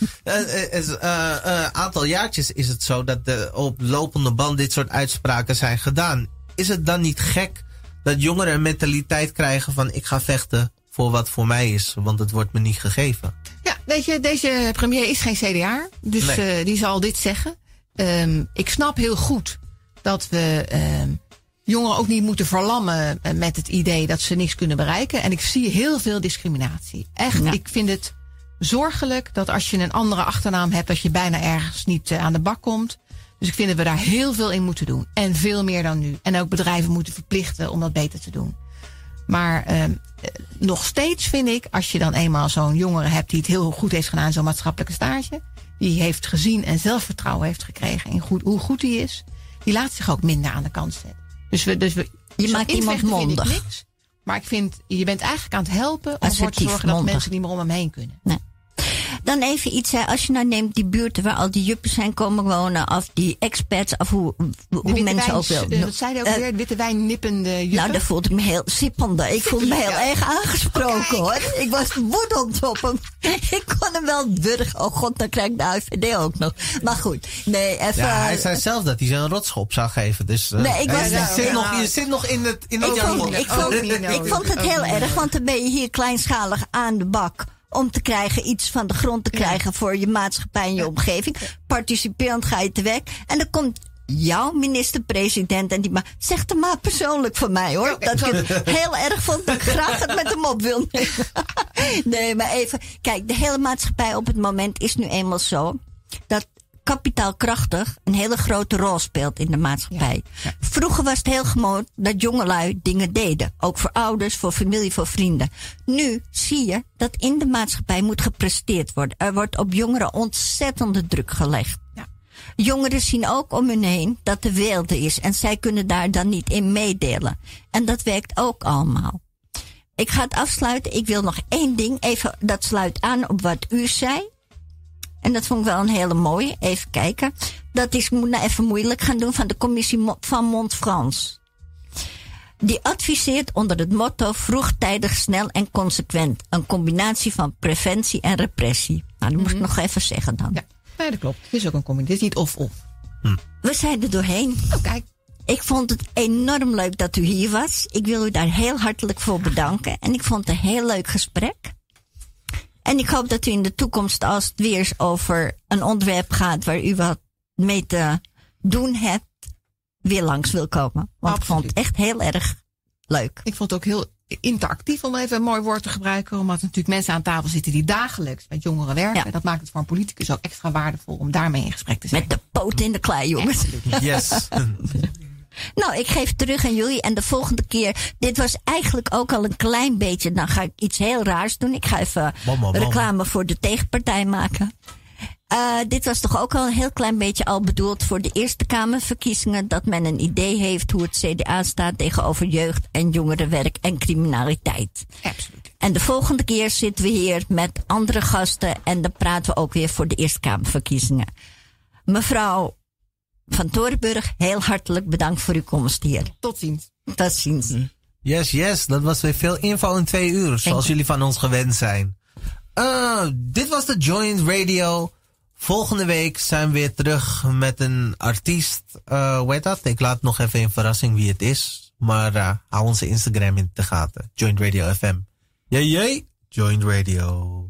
Aantal jaartjes is het zo dat op lopende band dit soort uitspraken zijn gedaan. Is het dan niet gek dat jongeren een mentaliteit krijgen van ik ga vechten voor wat voor mij is, want het wordt me niet gegeven? Ja, weet je, deze premier is geen CDA, dus nee. Die zal dit zeggen. Ik snap heel goed dat we jongeren ook niet moeten verlammen met het idee dat ze niks kunnen bereiken. En ik zie heel veel discriminatie. Echt, ja. Ik vind het zorgelijk dat als je een andere achternaam hebt, dat je bijna ergens niet aan de bak komt. Dus ik vind dat we daar heel veel in moeten doen. En veel meer dan nu. En ook bedrijven moeten verplichten om dat beter te doen. Maar nog steeds vind ik, als je dan eenmaal zo'n jongere hebt die het heel goed heeft gedaan, zo'n maatschappelijke stage, die heeft gezien en zelfvertrouwen heeft gekregen in hoe goed hij is, die laat zich ook minder aan de kant zetten. Dus je maakt iemand mondig. Vind ik niks, maar ik vind, je bent eigenlijk aan het helpen om ervoor te zorgen dat mensen niet meer om hem heen kunnen. Nee. Dan even iets, als je nou neemt die buurten waar al die juppen zijn komen wonen, of die expats, of hoe mensen ook willen. Wat zei je ook weer? Witte wijn nippende juppen? Nou, daar voelde ik me heel sippende. Ik voelde me heel erg aangesproken, hoor. Ik was woedend op hem. Ik kon hem wel wurgen. Oh god, dan krijg ik de AIVD ook nog. Maar goed, nee, even. Ja, hij zei zelf dat hij ze een rotschop zou geven. Dus, nee, ik was je zit nog in het jargon. Ik vond het heel erg, want dan ben je hier kleinschalig aan de bak om te krijgen, iets van de grond te krijgen voor je maatschappij en je omgeving. Participerend ga je te werk. En dan komt jouw minister-president en die zegt het maar persoonlijk van mij, hoor. Dat ik het heel erg vond, dat ik graag het met hem op wil nemen. Nee, maar even. Kijk, de hele maatschappij op het moment is nu eenmaal zo dat kapitaalkrachtig een hele grote rol speelt in de maatschappij. Ja. Vroeger was het heel gewoon dat jongelui dingen deden. Ook voor ouders, voor familie, voor vrienden. Nu zie je dat in de maatschappij moet gepresteerd worden. Er wordt op jongeren ontzettende druk gelegd. Ja. Jongeren zien ook om hun heen dat de weelde is. En zij kunnen daar dan niet in meedelen. En dat werkt ook allemaal. Ik ga het afsluiten. Ik wil nog één ding. Even, dat sluit aan op wat u zei. En dat vond ik wel een hele mooie. Even kijken. Dat is, moet nou even moeilijk gaan doen, van de commissie van Mont-France. Die adviseert onder het motto vroegtijdig, snel en consequent. Een combinatie van preventie en repressie. Nou, dat moest ik nog even zeggen dan. Ja, nee, dat klopt. Het is ook een combinatie. Het is niet of-of. We zijn er doorheen. Oh, kijk. Ik vond het enorm leuk dat u hier was. Ik wil u daar heel hartelijk voor bedanken. En ik vond het een heel leuk gesprek. En ik hoop dat u in de toekomst, als het weer eens over een onderwerp gaat waar u wat mee te doen hebt, weer langs wil komen. Want ik vond het echt heel erg leuk. Ik vond het ook heel interactief, om even een mooi woord te gebruiken. Omdat er natuurlijk mensen aan tafel zitten die dagelijks met jongeren werken. Ja. Dat maakt het voor een politicus ook extra waardevol om daarmee in gesprek te zijn. Met de poot in de klei, jongens. Yes. Nou, ik geef terug aan jullie. En de volgende keer, dit was eigenlijk ook al een klein beetje, dan ga ik iets heel raars doen. Ik ga even reclame voor de tegenpartij maken. Dit was toch ook al een heel klein beetje al bedoeld voor de Eerste Kamerverkiezingen. Dat men een idee heeft hoe het CDA staat tegenover jeugd en jongerenwerk en criminaliteit. Absoluut. En de volgende keer zitten we hier met andere gasten. En dan praten we ook weer voor de Eerste Kamerverkiezingen. Mevrouw van Torenburg, heel hartelijk bedankt voor uw komst hier. Tot ziens. Tot ziens. Yes. Dat was weer veel info in 2 uur, zoals jullie van ons gewend zijn. Dit was de Joint Radio. Volgende week zijn we weer terug met een artiest. Hoe heet dat? Ik laat nog even in verrassing wie het is. Maar hou onze Instagram in de gaten. Joint Radio FM. Jee, Joint Radio.